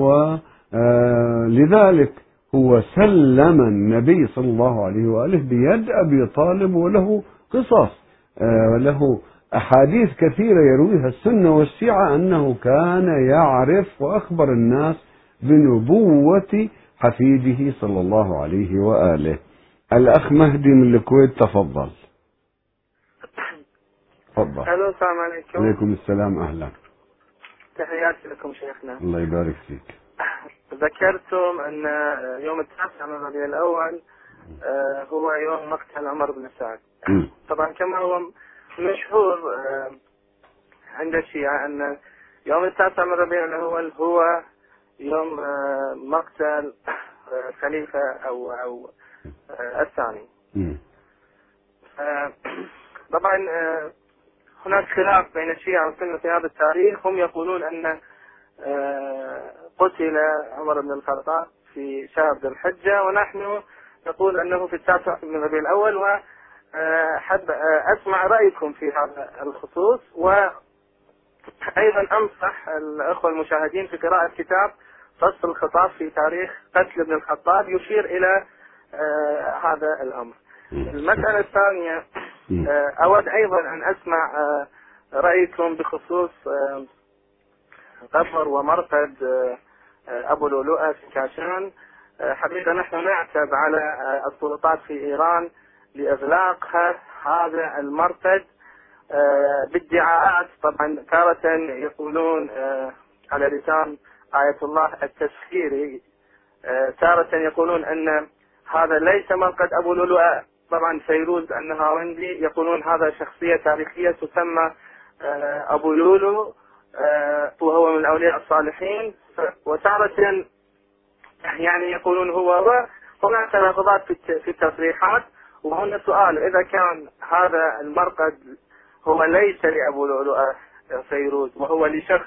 ولذلك هو سلم النبي صلى الله عليه وآله بيد أبي طالب، وله قصص، له أحاديث كثيرة يرويها السنة والشيعة أنه كان يعرف وأخبر الناس بنبوة حفيده صلى الله عليه وآله. الأخ مهدي من الكويت، تفضل. تفضل. الو، السلام عليكم. عليكم السلام، أهلا. تحياتي لكم شيخنا. الله يبارك فيك. ذكرتم أن يوم 9 من ربيع الأول هو يوم مقتل عمر بن سعد. طبعا كما هو مشهور عند الشيعة أن يوم 9 من ربيع الأول هو يوم مقتل خليفة أو الثاني. طبعا هناك خلاف بين الشيعة والسنة في هذا التاريخ. هم يقولون أن قتل عمر بن الخطاب في شهر ذي الحجة، ونحن نقول أنه في 9 من ربيع الأول. وحب أسمع رأيكم في هذا الخصوص، وأيضا أنصح الأخوة المشاهدين في قراءة كتاب فصل الخطاب في تاريخ قتل ابن الخطاب يشير إلى هذا الأمر. المسألة الثانية، أود أيضا أن أسمع رأيكم بخصوص قبر ومرقد أبو لؤلؤة في كاشان. حقيقة نحن نعتب على السلطات في إيران لإغلاق هذا المرقد بادعاءات. طبعا تارة يقولون على لسان آية الله التسخيري، تارة يقولون أن هذا ليس مرقد أبو لؤلؤة. طبعا فيروز النهاوندي يقولون هذا شخصية تاريخية تسمى أبو لؤلؤ وهو من أولياء الصالحين. وتارة يعني يقولون هو. هناك تناقضات في التصريحات. وهنا سؤال، إذا كان هذا المرقد هو ليس لأبو لؤلؤة فيروز وهو لشخص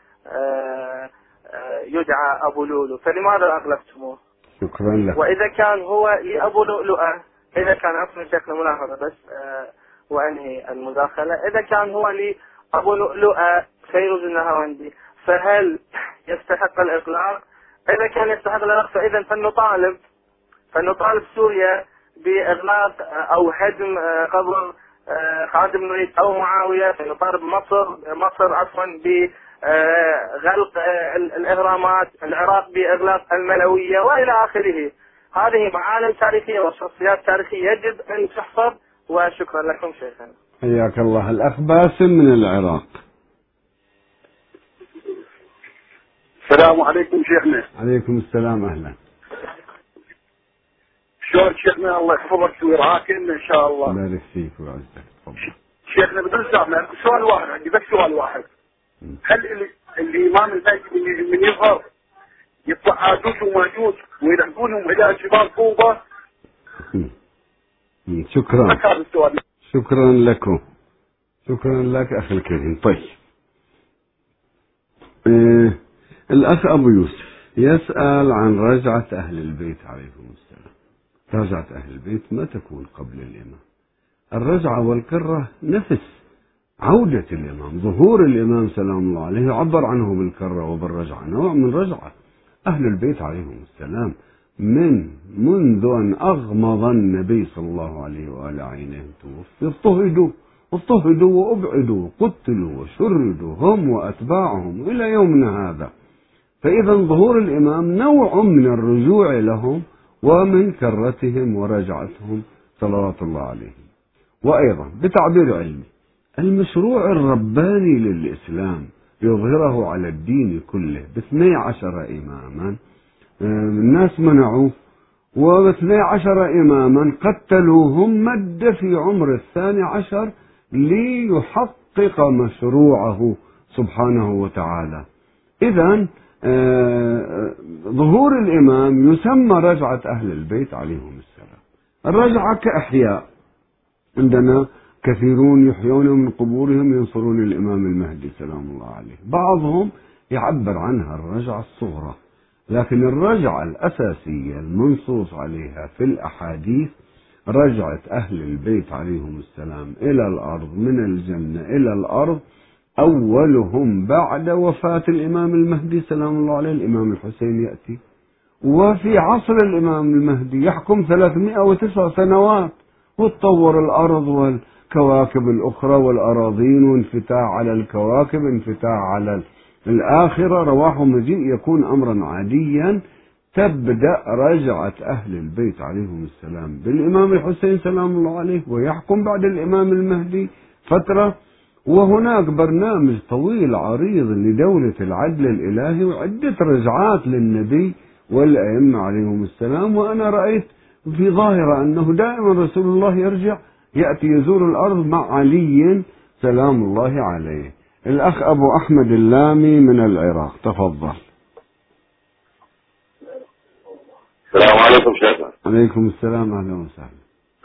يدعى أبو لؤلؤ، فلماذا أغلقتموه؟ شكرا لك. وإذا كان هو لأبو لؤلؤة، إذا كان أصلا شكل ملاحظة بس وأنهي المداخلة، إذا كان هو لأبو لؤلؤة فيروز النهاوندي فهل يستحق الإغلاق؟ إذا كان يستحق الإغلاق فإذا فلنطالب سوريا بإغلاق أو هدم قبر خادم الوليد أو معاوية. فنطالب مصر عفوا بغلق الإهرامات، العراق بإغلاق الملوية وإلى آخره. هذه معالم تاريخية وشخصيات تاريخية يجب أن تحفظ. وشكرا لكم شيخنا. حياك الله. الأخ باسم من العراق. السلام عليكم شيخنا. عليكم السلام، أهلا. شلون شيخنا؟ الله يحفظك ويرعاك إن شاء الله. الله يبارك فيك ويعزك. تفضل. شيخنا بدون زحمة سؤال واحد عندي، بس سؤال واحد. هل الإمام المهدي من يظهر يطلع آجوج وماجوج ويلحقونهم إلى جبال طوبة؟ شكرا. هذا السؤال. شكرا لكم. شكرا لك أخي الكريم. طيب الأخ أبو يوسف يسأل عن رجعة أهل البيت عليهم السلام. رجعة أهل البيت ما تكون قبل الإمام. الرجعة والكرة نفس عودة الإمام، ظهور الإمام سلام الله عليه يعبر عنه بالكرة وبالرجعة، نوع من رجعة أهل البيت عليهم السلام منذ أن أغمض النبي صلى الله عليه وآله عينيه توفي اضطهدوا وأبعدوا، قتلوا وشردوا هم وأتباعهم إلى يومنا هذا. فإذا ظهور الإمام نوع من الرجوع لهم ومن كرتهم ورجعتهم صلوات الله عليهم. وأيضا بتعبير علمي، المشروع الرباني للإسلام يظهره على الدين كله ب12 إماما الناس منعوه، و12 إماما قتلوهم مد في عمر 12 ليحقق مشروعه سبحانه وتعالى. إذن ظهور الإمام يسمى رجعة أهل البيت عليهم السلام. الرجعة كأحياء، عندنا كثيرون يحيون من قبورهم ينصرون الإمام المهدي سلام الله عليه. بعضهم يعبر عنها الرجعة الصغرى، لكن الرجعة الأساسية المنصوص عليها في الأحاديث رجعة أهل البيت عليهم السلام إلى الأرض، من الجنة إلى الأرض، أولهم بعد وفاة الإمام المهدي سلام الله عليه الإمام الحسين يأتي، وفي عصر الإمام المهدي يحكم 309 سنوات، وتطور الأرض والكواكب الأخرى والأراضين، وانفتاح على الكواكب، انفتاح على الآخرة، رواح مجيء يكون أمرا عاديا. تبدأ رجعة أهل البيت عليهم السلام بالإمام الحسين سلام الله عليه، ويحكم بعد الإمام المهدي فترة. وهناك برنامج طويل عريض لدولة العدل الإلهي وعدة رجعات للنبي والأئمة عليهم السلام. وأنا رأيت في ظاهرة أنه دائما رسول الله يرجع يأتي يزور الأرض مع علي سلام الله عليه. الأخ أبو أحمد اللامي من العراق، تفضل. السلام عليكم شيخنا. عليكم السلام، أهلا وسهلا.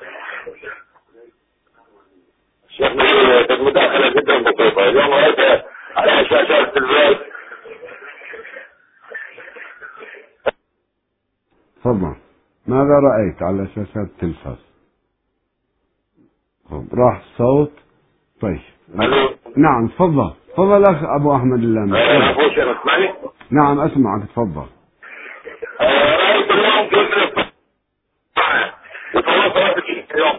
شيخنا كانت مداخلة جدا بسيطة. اليوم رأيت على شاشات التلفاز. تفضل. ماذا رأيت على شاشات التلفاز؟ راح الصوت. طيب. نعم تفضل. تفضل أخ أبو أحمد اللامي. نعم أسمعك، تفضل. رأيت اليوم كيف اليوم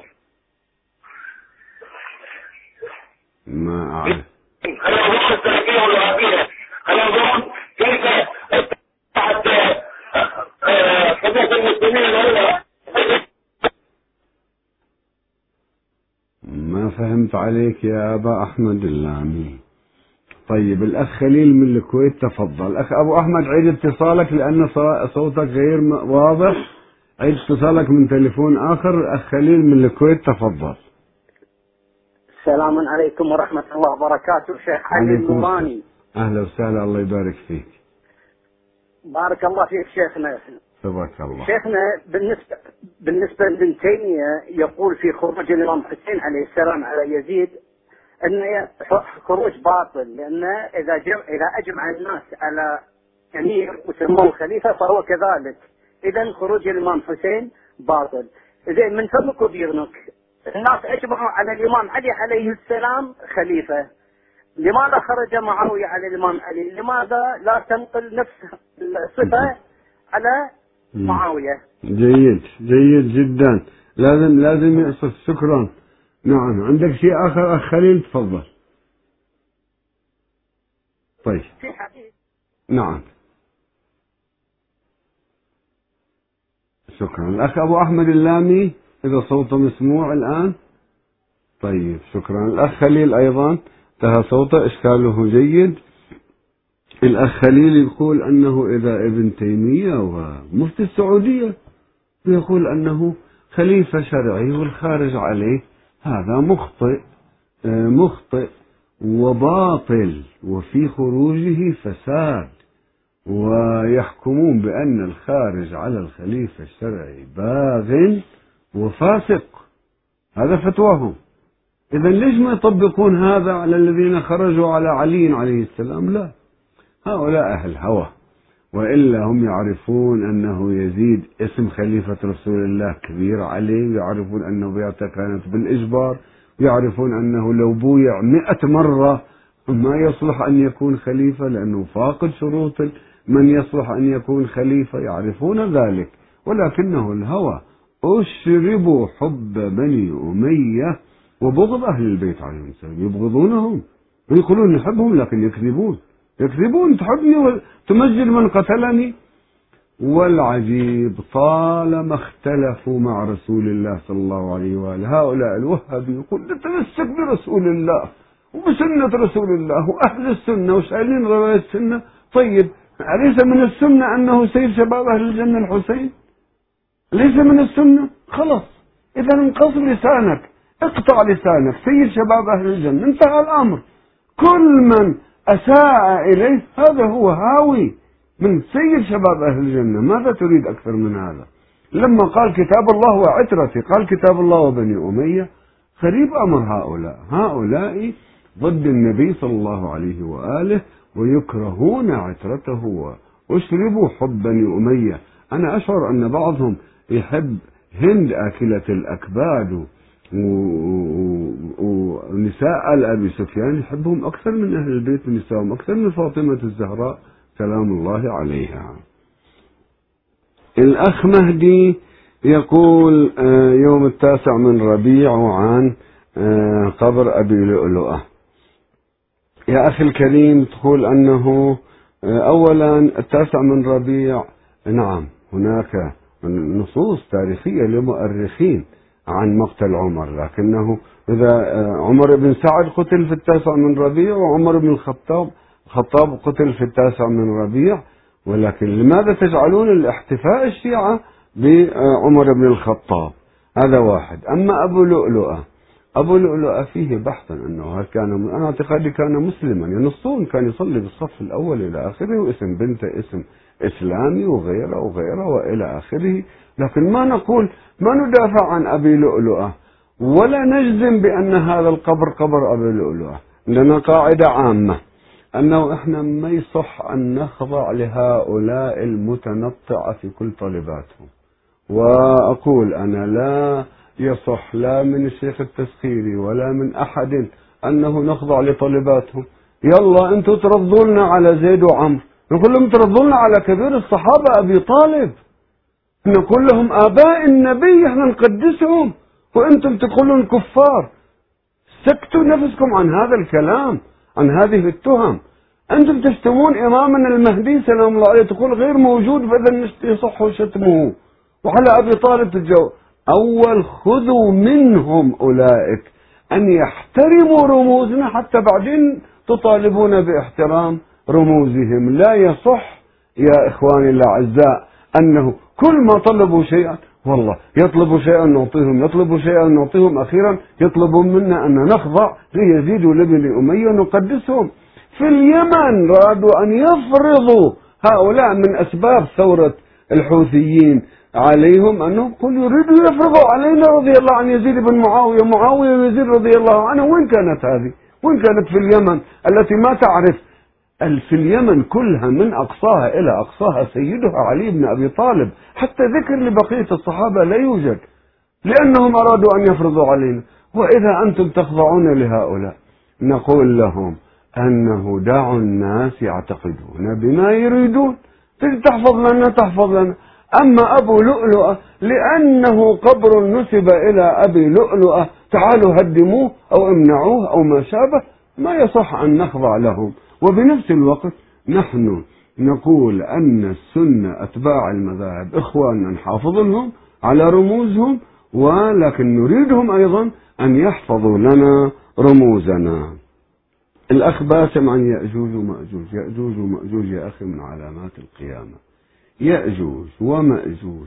ما أعرف. خلينا نروح السلفية والوهابية، خلينا نروح كيف تحت حدود المسلمين. ما فهمت سلمت عليك يا أبا أحمد اللامي. طيب الأخ خليل من الكويت تفضل. أخ أبو أحمد عيد اتصالك لأن صوتك غير واضح، عيد اتصالك من تليفون آخر. أخ خليل من الكويت تفضل. السلام عليكم ورحمة الله وبركاته. شيخ علي النوراني. أهلا وسهلا، الله يبارك فيك. بارك الله فيك شيخنا. تبارك الله. شيخنا بالنسبة لابن تيمية يقول في خروج الإمام حسين عليه السلام على يزيد أن خروج باطل، لأن إذا أجمع الناس على أمير وسموه خليفة فهو كذلك. إذا خروج الإمام حسين باطل. إذا من فمك وبيغنك الناس أجمعوا على الإمام علي عليه السلام خليفة، لماذا خرج معاوية على الإمام علي؟ لماذا لا تنقل نفس الصفة على معاوية؟ جيد جيد جدا، لازم يقصد. شكرا. نعم، عندك شيء آخر أخ خليل؟ تفضل. طيب نعم شكرا. الأخ أبو أحمد اللامي إذا صوته مسموع الآن. طيب شكرا. الأخ خليل أيضا انتهى صوته، إشكاله جيد. الأخ خليل يقول أنه إذا ابن تيمية ومفتي السعودية يقول أنه خليفة شرعي والخارج عليه هذا مخطئ وباطل وفي خروجه فساد، ويحكمون بأن الخارج على الخليفة الشرعي باغ وفاسق. هذا فتواهم. إذا ليش ما يطبقون هذا على الذين خرجوا على علي عليه السلام؟ لا، هؤلاء أهل هوى، وإلا هم يعرفون أنه يزيد اسم خليفة رسول الله كبير عليه، ويعرفون أنه بيعته كانت بالإجبار، ويعرفون أنه لو بويع 100 مرة ما يصلح أن يكون خليفة لأنه فاقد شروط من يصلح أن يكون خليفة، يعرفون ذلك، ولكنه الهوى. أشربوا حب بني أمية وبغض أهل البيت عليهم السلام، يبغضونهم ويقولون نحبهم لكن يكذبون. تحبني وتمجد من قتلني. والعجيب طالما اختلفوا مع رسول الله صلى الله عليه وآله، هؤلاء الوهابي يقول نتمسك برسول الله وبسنة رسول الله وأهل السنة وشايلين رواية السنة. طيب أليس من السنة أنه سيد شباب أهل الجنة الحسين؟ ليس من السنة؟ خلاص، إذا انقص لسانك، اقطع لسانك، سيد شباب أهل الجنة، انتهى الأمر. كل من أساء إليه هذا هو هاوي من سيد شباب أهل الجنة. ماذا تريد أكثر من هذا؟ لما قال كتاب الله وعترتي قال كتاب الله وبني أمية. غريب أمر هؤلاء ضد النبي صلى الله عليه وآله ويكرهون عترته وأشربوا حب بني أمية. أنا أشعر أن بعضهم يحب هند آكلة الأكباد ونساء أبي سفيان يحبهم أكثر من أهل البيت ونسائهم أكثر من فاطمة الزهراء سلام الله عليها. الأخ مهدي يقول يوم 9 من ربيع عن قبر أبي لؤلؤة. يا أخي الكريم تقول أنه أولا 9 من ربيع، نعم هناك نصوص تاريخية لمؤرخين عن مقتل عمر، لكنه إذا عمر بن سعد قتل في 9 من ربيع وعمر بن الخطاب قتل في 9 من ربيع، ولكن لماذا تجعلون الاحتفاء الشيعة بعمر بن الخطاب؟ هذا واحد. أما أبو لؤلؤة فيه بحثا أنه هل كان، أنا اعتقادي كان مسلما، ينصون كان يصلي بالصف الأول إلى آخره، واسم بنته اسم إسلامي وغيره وإلى آخره، لكن ما ندافع عن أبي لؤلؤة ولا نجزم بأن هذا القبر قبر أبي لؤلؤة. لنا قاعدة عامة أنه إحنا ما يصح أن نخضع لهؤلاء المتنطعة في كل طالباتهم. وأقول أنا لا يصح لا من الشيخ التسخيري ولا من أحد أنه نخضع لطالباتهم. يلا أنتم ترضوا لنا على زيد وعمر، نقول لهم ترضوا لنا على كبير الصحابة أبي طالب، نقول لهم آباء النبي احنا نقدسهم، وأنتم تقولون كفار. سكتوا نفسكم عن هذا الكلام، عن هذه التهم. أنتم تشتمون إمامنا المهدي سلام الله عليه، تقول غير موجود فإذا يصح شتمه، وعلى أبي طالب تتجاوز. أول خذوا منهم أولئك أن يحترموا رموزنا حتى بعدين تطالبون باحترام رموزهم. لا يصح يا إخواني الأعزاء أنه كل ما طلبوا شيئا والله يطلبوا شيئا نعطيهم، يطلبوا شيئا نعطيهم، أخيرا يطلبون منا أن نخضع ليزيد ولابن أمية ونقدسهم. في اليمن رادوا أن يفرضوا هؤلاء من أسباب ثورة الحوثيين عليهم أنهم يريدوا يفرضوا علينا رضي الله عن يزيد بن معاوية، معاوية ويزيد رضي الله عنه. وين كانت هذه؟ وين كانت في اليمن التي ما تعرف في اليمن كلها من أقصاها إلى أقصاها سيدها علي بن أبي طالب، حتى ذكر لبقية الصحابة لا يوجد، لأنهم أرادوا أن يفرضوا علينا. وإذا أنتم تخضعون لهؤلاء نقول لهم أنه دعوا الناس يعتقدون بما يريدون. تحفظ لنا تحفظ لنا. أما أبو لؤلؤة لأنه قبر نسب إلى أبي لؤلؤة تعالوا هدموه أو امنعوه أو ما شابه، ما يصح أن نخضع لهم. وبنفس الوقت نحن نقول أن السنة أتباع المذاهب إخواننا نحافظ لهم على رموزهم، ولكن نريدهم أيضا أن يحفظوا لنا رموزنا. الأخ باسم عن يأجوج ومأجوج. يأجوج ومأجوج يا أخي من علامات القيامة. يأجوج ومأجوج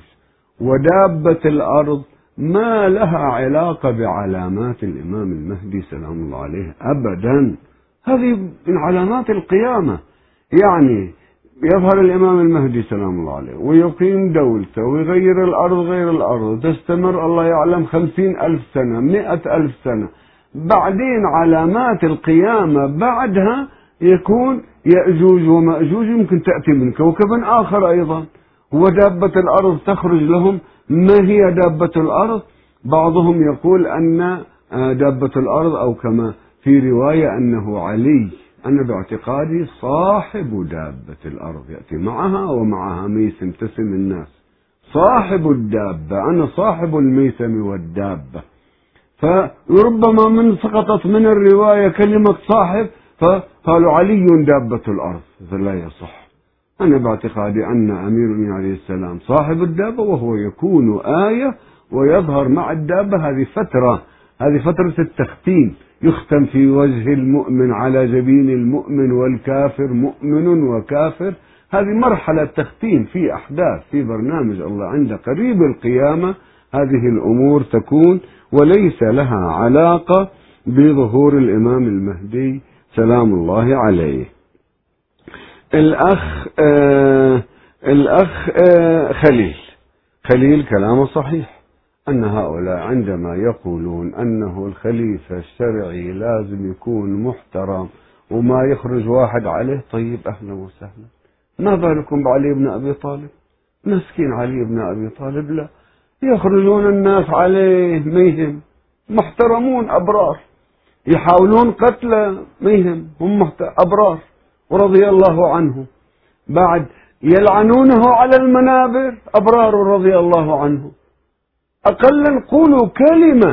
ودابة الأرض ما لها علاقة بعلامات الإمام المهدي سلام الله عليه أبدا. هذه من علامات القيامة. يعني يظهر الإمام المهدي سلام الله عليه ويقيم دولته ويغير الأرض غير الأرض، تستمر الله يعلم 50,000 سنة 100,000 سنة. بعدين علامات القيامة بعدها يكون يأجوج ومأجوج يمكن تأتي من كوكب آخر أيضا. ودابة الأرض تخرج لهم. ما هي دابة الأرض؟ بعضهم يقول أن دابة الأرض أو كما في رواية أنه علي. أنا باعتقادي صاحب دابة الأرض يأتي معها ومعها ميسم تسم الناس. صاحب الدابة، أنا صاحب الميسم والدابة. فربما من سقطت من الرواية كلمة صاحب فقالوا علي دابة الأرض. لا يصح. أنا باعتقادي أن أمير المؤمنين عليه السلام صاحب الدابة، وهو يكون آية ويظهر مع الدابة. هذه فترة التختيم، يختم في وجه المؤمن على جبين المؤمن والكافر مؤمن وكافر. هذه مرحلة تختيم في أحداث في برنامج الله عند قريب القيامة. هذه الأمور تكون وليس لها علاقة بظهور الإمام المهدي سلام الله عليه. الأخ خليل كلامه صحيح، أن هؤلاء عندما يقولون أنه الخليفة الشرعي لازم يكون محترم وما يخرج واحد عليه، طيب أهلا وسهلا. ما بالكم بعلي بن أبي طالب؟ مسكين علي بن أبي طالب لا يخرجون الناس عليه ميهم، محترمون أبرار، يحاولون قتله ميهم، هم أبرار ورضي الله عنه. بعد يلعنونه على المنابر أبرار رضي الله عنه. أقلا قولوا كلمة.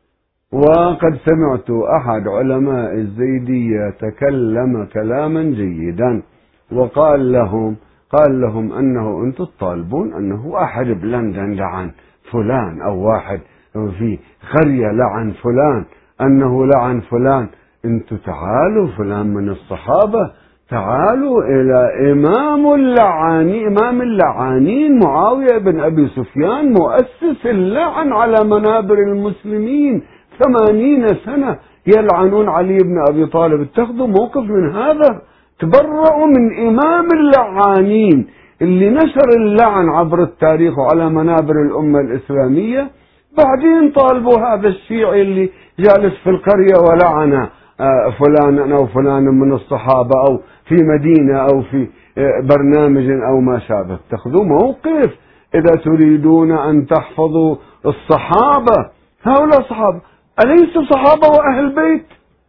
وقد سمعت أحد علماء الزيدية تكلم كلاما جيدا وقال لهم أنه أنتم تطالبون أنه أحد بلندن لعن فلان أو واحد في قرية لعن فلان، أنه لعن فلان. أنتم تعالوا فلان من الصحابة، تعالوا إلى إمام اللعانين معاوية بن أبي سفيان مؤسس اللعن على منابر المسلمين 80 سنة يلعنون علي بن أبي طالب. اتخذوا موقف من هذا، تبرؤوا من إمام اللعانين اللي نشر اللعن عبر التاريخ على منابر الأمة الإسلامية. بعدين طالبوا هذا الشيعي اللي جالس في القرية ولعن فلان أو فلان من الصحابة أو في مدينة أو في برنامج أو ما شابه. اتخذوا موقف. إذا تريدون أن تحفظوا الصحابة، هؤلاء صحابة أليسوا صحابة وأهل بيت؟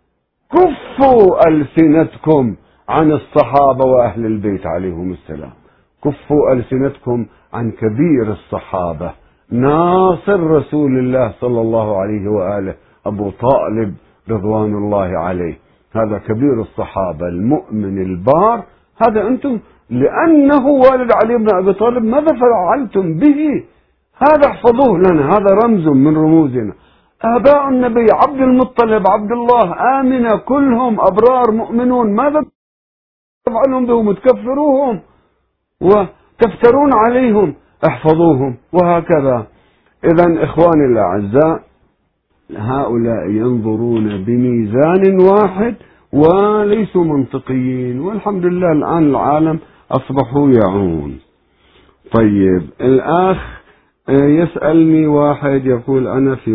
كفوا ألسنتكم عن الصحابة وأهل البيت عليهم السلام. كفوا ألسنتكم عن كبير الصحابة ناصر رسول الله صلى الله عليه وآله أبو طالب رضوان الله عليه. هذا كبير الصحابة المؤمن البار. هذا أنتم لأنه والد علي بن أبي طالب ماذا فعلتم به؟ هذا احفظوه لنا، هذا رمز من رموزنا. آباء النبي عبد المطلب، عبد الله، آمنة، كلهم أبرار مؤمنون، ماذا تفعلون بهم؟ تكفروهم وتفترون عليهم، احفظوهم. وهكذا. إذا إخواني الأعزاء، هؤلاء ينظرون بميزان واحد وليسوا منطقيين، والحمد لله الآن العالم أصبحوا يعون. طيب، الأخ يسألني واحد يقول أنا في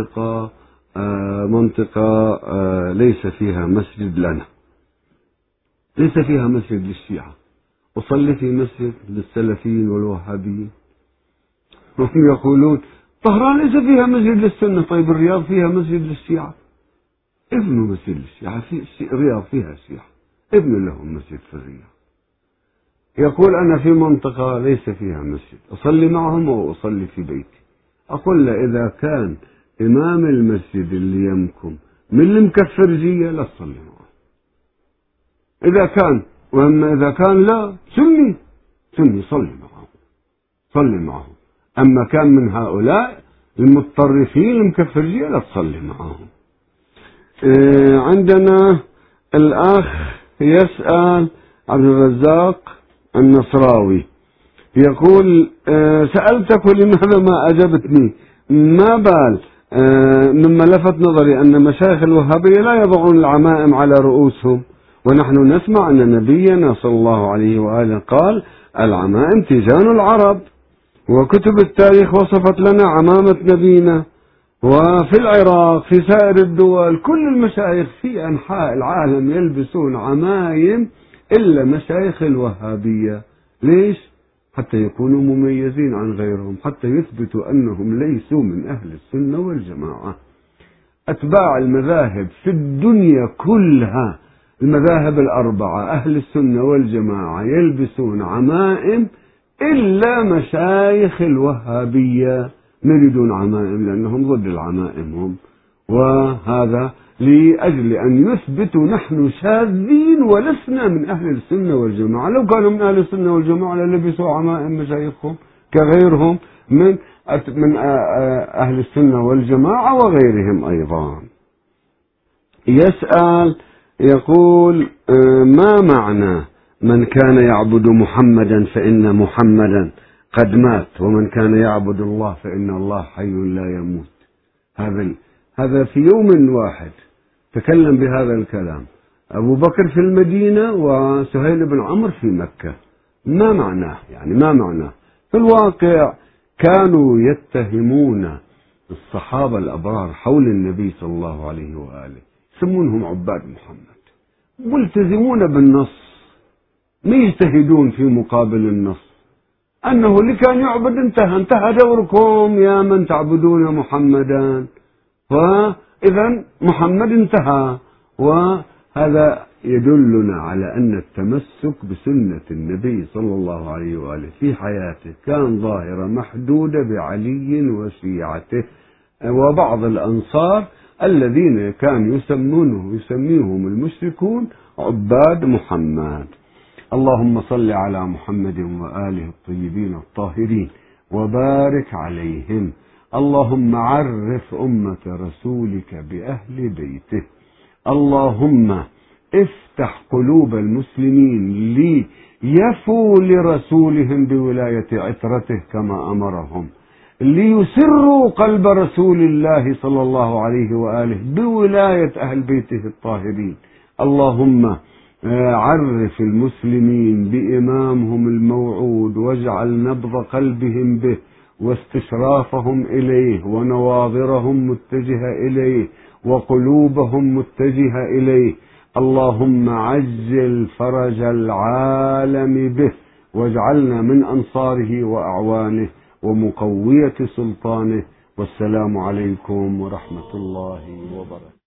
منطقة ليس فيها مسجد لنا، ليس فيها مسجد للشيعة، أصلي في مسجد للسلفيين والوهابيين، هم يقولون طهران ليس فيها مسجد للسنة. طيب الرياض فيها مسجد للشيعة، ابنوا مسجد للشيعة، في الرياض فيها شيعة، ابنوا لهم مسجد في الرياض. يقول أنا في منطقة ليس فيها مسجد، أصلي معهم أو أصلي في بيتي. أقول له إذا كان إمام المسجد اللي يمكم من المكفرجية لا تصلي معه، إذا كان، وأما إذا كان لا سني صلي معه، صلي معه. أما كان من هؤلاء المتطرفين المكفرجية لا تصلي معهم. عندنا الأخ يسأل عبد الرزاق النصراوي يقول سألتك ولماذا ما أجبتني؟ ما بال مما لفت نظري أن مشايخ الوهابية لا يضعون العمائم على رؤوسهم، ونحن نسمع أن نبينا صلى الله عليه وآله قال العمائم تيجان العرب، وكتب التاريخ وصفت لنا عمامة نبينا. وفي العراق، في سائر الدول، كل المشايخ في أنحاء العالم يلبسون عمايم إلا مشايخ الوهابية. ليش؟ حتى يكونوا مميزين عن غيرهم، حتى يثبتوا أنهم ليسوا من أهل السنة والجماعة. أتباع المذاهب في الدنيا كلها، المذاهب الأربعة، أهل السنة والجماعة، يلبسون عمائم إلا مشايخ الوهابية يريدون عمائم لأنهم ضد العمائم هم، وهذا لأجل أن يثبتوا نحن شاذين ولسنا من أهل السنة والجماعة. لو كانوا من أهل السنة والجماعة للبسوا عمائم مشايخهم كغيرهم من أهل السنة والجماعة وغيرهم أيضا. يسأل يقول ما معنى من كان يعبد محمدا فإن محمدا قد مات، ومن كان يعبد الله فإن الله حي لا يموت؟ هذا في يوم واحد تكلم بهذا الكلام أبو بكر في المدينة وسهيل بن عمرو في مكة. ما معناه؟ يعني ما معناه؟ في الواقع كانوا يتهمون الصحابة الأبرار حول النبي صلى الله عليه وآله، يسمونهم عباد محمد، ملتزمون بالنص، ما يجتهدون في مقابل النص، أنه اللي كان يعبد انتهى دوركم يا من تعبدون محمدا، فإذا محمد انتهى. وهذا يدلنا على أن التمسك بسنة النبي صلى الله عليه وآله في حياته كان ظاهرة محدودة بعلي وشيعته وبعض الأنصار الذين كانوا يسميهم المشركون عباد محمد. اللهم صل على محمد وآله الطيبين الطاهرين وبارك عليهم. اللهم عرف أمة رسولك بأهل بيته. اللهم افتح قلوب المسلمين ليفوا لرسولهم بولاية عترته كما أمرهم، ليسروا قلب رسول الله صلى الله عليه وآله بولاية أهل بيته الطاهرين. اللهم عرف المسلمين بإمامهم الموعود، واجعل نبض قلبهم به واستشرافهم إليه ونواظرهم متجهة إليه وقلوبهم متجهة إليه. اللهم عجل فرج العالم به، واجعلنا من أنصاره وأعوانه ومقوية سلطانه. والسلام عليكم ورحمة الله وبركاته.